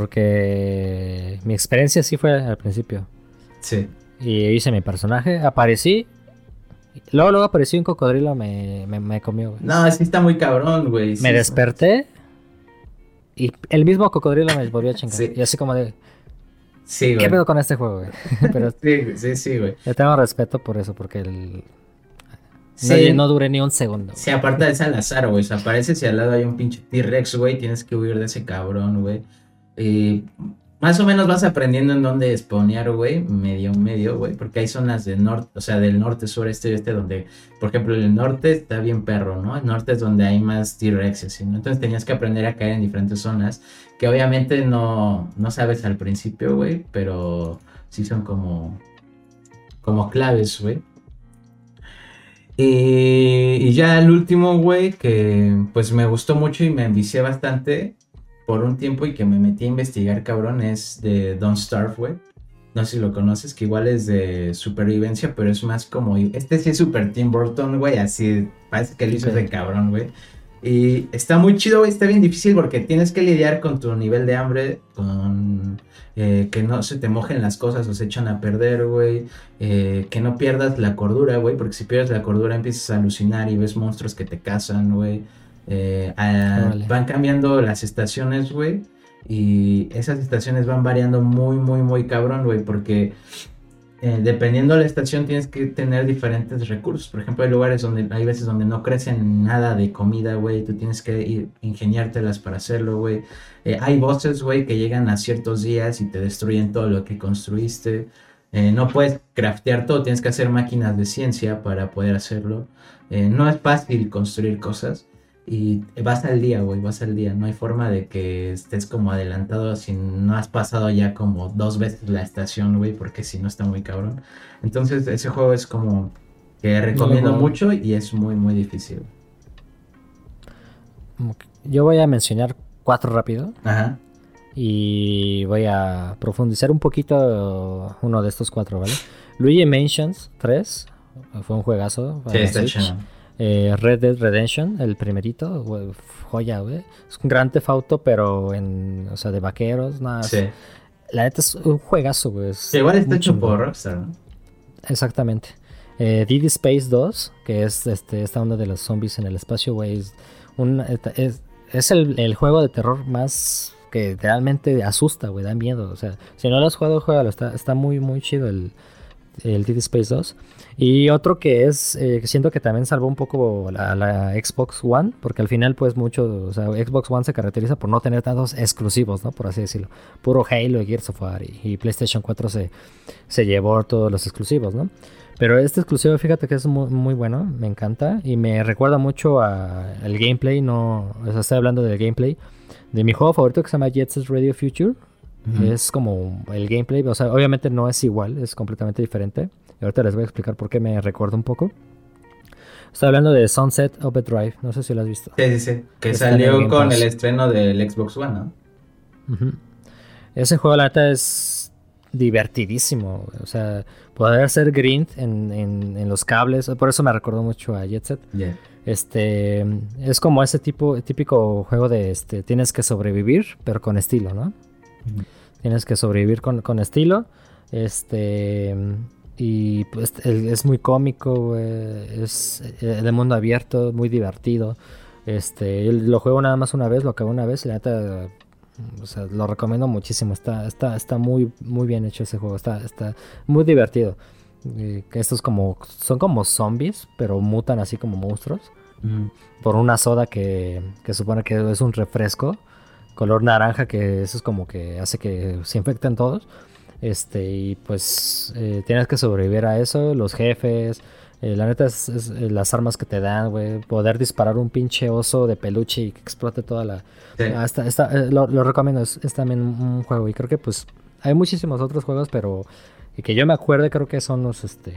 porque mi experiencia sí fue al principio. Sí. Y hice mi personaje, aparecí, luego luego apareció un cocodrilo, me, me, me comió, güey. No, sí está muy cabrón, güey. Me Sí, está- desperté y el mismo cocodrilo me volvió a chingar. sí, Y así como de, sí, ¿qué güey. pedo con este juego, güey? Pero Sí, sí, sí, güey. le tengo respeto por eso, porque el, no, Sí, no duré ni un segundo, si güey. aparta es al azar, güey. O sea, aparece si al lado hay un pinche T-Rex, güey. Tienes que huir de ese cabrón, güey. Y más o menos vas aprendiendo en dónde spawnear, güey. Medio, medio, güey. Porque hay zonas de norte, o sea, del norte, sur, este y este, donde, por ejemplo, el norte está bien perro, ¿no? El norte es donde hay más T-Rex, así, ¿no? Entonces tenías que aprender a caer en diferentes zonas. Que obviamente no, no sabes al principio, güey. Pero sí son como, como claves, güey. Y, y ya el último, güey, que pues me gustó mucho y me envicié bastante por un tiempo y que me metí a investigar, cabrón, es de Don't Starve, güey. No sé si lo conoces, que igual es de supervivencia, pero es más como... Este sí es super Tim Burton, güey, así parece que lo hizo Ok. ese cabrón, güey. Y está muy chido, güey, está bien difícil porque tienes que lidiar con tu nivel de hambre, con eh, que no se te mojen las cosas o se echan a perder, güey. Eh, que no pierdas la cordura, güey, porque si pierdes la cordura empiezas a alucinar y ves monstruos que te cazan, güey. Eh, ah, Órale. van cambiando las estaciones, güey. Y esas estaciones van variando muy, muy, muy cabrón, güey, porque eh, dependiendo de la estación tienes que tener diferentes recursos. Por ejemplo, hay lugares donde hay veces donde no crecen nada de comida, güey. Tú tienes que ir ingeniártelas para hacerlo, güey. Eh, hay bosses, güey, que llegan a ciertos días y te destruyen todo lo que construiste. Eh, no puedes craftear todo, tienes que hacer máquinas de ciencia para poder hacerlo. Eh, no es fácil construir cosas. Y vas al día, güey, vas al día. No hay forma de que estés como adelantado si no has pasado ya como dos veces la estación, güey, porque si no está muy cabrón. Entonces, ese juego es como que No lo he recomiendo jugado. mucho y es muy, muy difícil. Ok. Yo voy a mencionar cuatro rápido Ajá. y voy a profundizar un poquito uno de estos cuatro, ¿vale? Luigi Mansions tres fue un juegazo Sí, en la está Switch. chido. Eh, Red Dead Redemption, el primerito, güey, joya, güey. Es un gran Theft Auto, pero en, o sea, de vaqueros, nada. Sí. La neta es un juegazo, güey. Es Que igual está muy hecho chingón. por Rockstar, ¿no? Exactamente. Eh, Dead Space dos, que es este, esta onda de los zombies en el espacio, güey. Es, un, es, es el, el juego de terror más que realmente asusta, güey, da miedo. O sea, si no lo has jugado, juégalo. Está, está muy, muy chido. El, el Dead Space dos. Y otro que es, eh, que siento que también salvó un poco la, la Xbox One, porque al final pues mucho, o sea, Xbox One se caracteriza por no tener tantos exclusivos, ¿no? Por así decirlo. Puro Halo y Gears of War, y, y PlayStation cuatro se, se llevó todos los exclusivos, ¿no? Pero este exclusivo, fíjate que es muy, muy bueno, me encanta y me recuerda mucho al gameplay, no, o sea, estoy hablando del gameplay de mi juego favorito que se llama Jet Set Radio Future. Uh-huh. Es como el gameplay, o sea, obviamente no es igual, es completamente diferente. Y ahorita les voy a explicar por qué me recuerda un poco. Estoy hablando de Sunset Overdrive, no sé si lo has visto. Sí, sí, sí, que Está salió el con el estreno del Xbox One, ¿no? Uh-huh. Ese juego, la neta, es divertidísimo, o sea, poder hacer grind en, en, en los cables, por eso me recordó mucho a Jet Set. Yeah. Este, es como ese tipo, típico juego de, este, tienes que sobrevivir, pero con estilo, ¿no? Uh-huh. Tienes que sobrevivir con, con estilo, este... Y pues es muy cómico, es de mundo abierto, muy divertido. Este, yo lo juego nada más una vez, lo acabo una vez y la neta, o sea, lo recomiendo muchísimo. Está, está, está muy, muy bien hecho ese juego, está, está muy divertido. Eh, estos como, son como zombies, pero mutan así como monstruos. Mm. Por una soda que, que supone que es un refresco, color naranja, que eso es como que hace que se infecten todos. Este, y pues eh, tienes que sobrevivir a eso, los jefes, eh, la neta es, es eh, las armas que te dan, güey, poder disparar un pinche oso de peluche y que explote toda la... Sí. Ah, está, está, eh, lo, lo recomiendo, es, es también un juego y creo que pues hay muchísimos otros juegos, pero y que yo me acuerde creo que son los, este,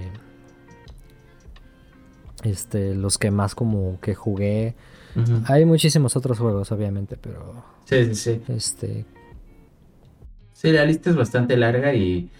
este, los que más como que jugué. Uh-huh. Hay muchísimos otros juegos, obviamente, pero... Sí, sí, sí. Este... Sí, la lista es bastante larga y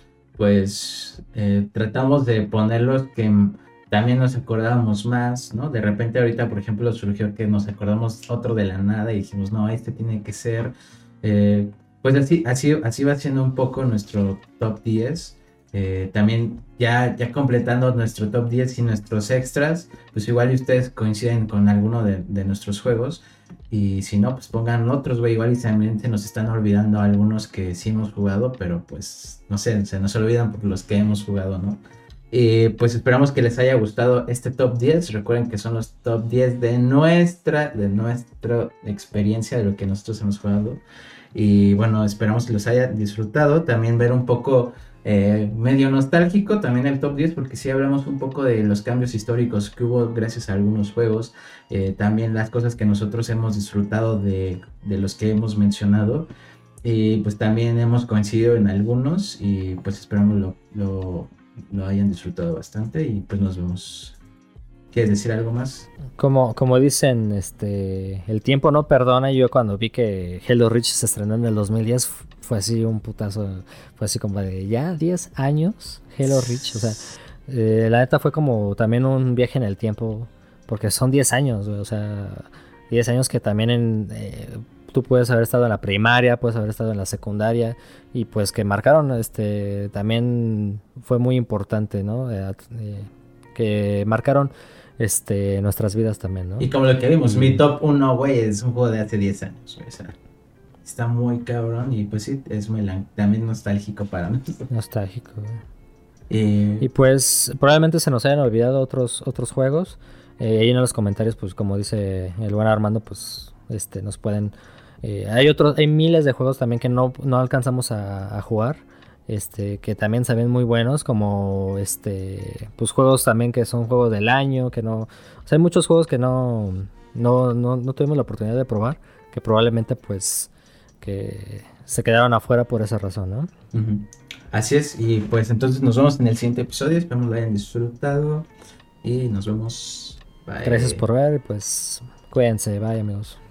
pues eh, tratamos de ponerlos que también nos acordábamos más, ¿no? De repente ahorita, por ejemplo, surgió que nos acordamos otro de la nada y dijimos, no, este tiene que ser. Eh, pues así, así, así va siendo un poco nuestro top diez. Eh, también ya, ya completando nuestro top diez y nuestros extras, pues igual y ustedes coinciden con alguno de, de nuestros juegos. Y si no, pues pongan otros, güey. Igual y también se nos están olvidando algunos que sí hemos jugado, pero pues no sé, se nos olvidan por los que hemos jugado, ¿no? Y pues esperamos que les haya gustado este top diez. Recuerden que son los top diez de nuestra, de nuestra experiencia, de lo que nosotros hemos jugado. Y bueno, esperamos que los haya disfrutado. También ver un poco eh, medio nostálgico también el top diez, porque sí hablamos un poco de los cambios históricos que hubo gracias a algunos juegos. Eh, también las cosas que nosotros hemos disfrutado de, de los que hemos mencionado. Y pues también hemos coincidido en algunos. Y pues esperamos lo, lo, lo hayan disfrutado bastante. Y pues nos vemos. ¿Quieres decir algo más? Como, como dicen, este, el tiempo no perdona. Yo cuando vi que Halo Reach se estrenó en el dos mil diez, fue así un putazo. Fue así como de ya diez años Halo Reach. O sea, eh, la neta fue como también un viaje en el tiempo. Porque son diez años, o sea, diez años que también en, eh, tú puedes haber estado en la primaria, puedes haber estado en la secundaria. Y pues que marcaron, este, también fue muy importante, ¿no? Eh, eh, que marcaron... Este, nuestras vidas también, ¿no? Y como lo que vimos, y... mi top uno, güey, es un juego de hace diez años, güey, o sea, está muy cabrón y pues sí, es muy lan- también nostálgico para mí. Nostálgico, güey. Eh... Y pues probablemente se nos hayan olvidado otros otros juegos. Eh, ahí en los comentarios, pues como dice el buen Armando, pues este nos pueden... Eh, hay otros, hay miles de juegos también que no, no alcanzamos a, a jugar. Este, que también se ven muy buenos, como este, pues juegos también que son juegos del año, que no, o sea, hay muchos juegos que no, no, no, no tuvimos la oportunidad de probar, que probablemente pues, que se quedaron afuera por esa razón, ¿no? Uh-huh. Así es, y pues entonces nos vemos en el siguiente episodio, esperamos lo hayan disfrutado, y nos vemos, bye. Gracias por ver, pues, cuídense, bye amigos.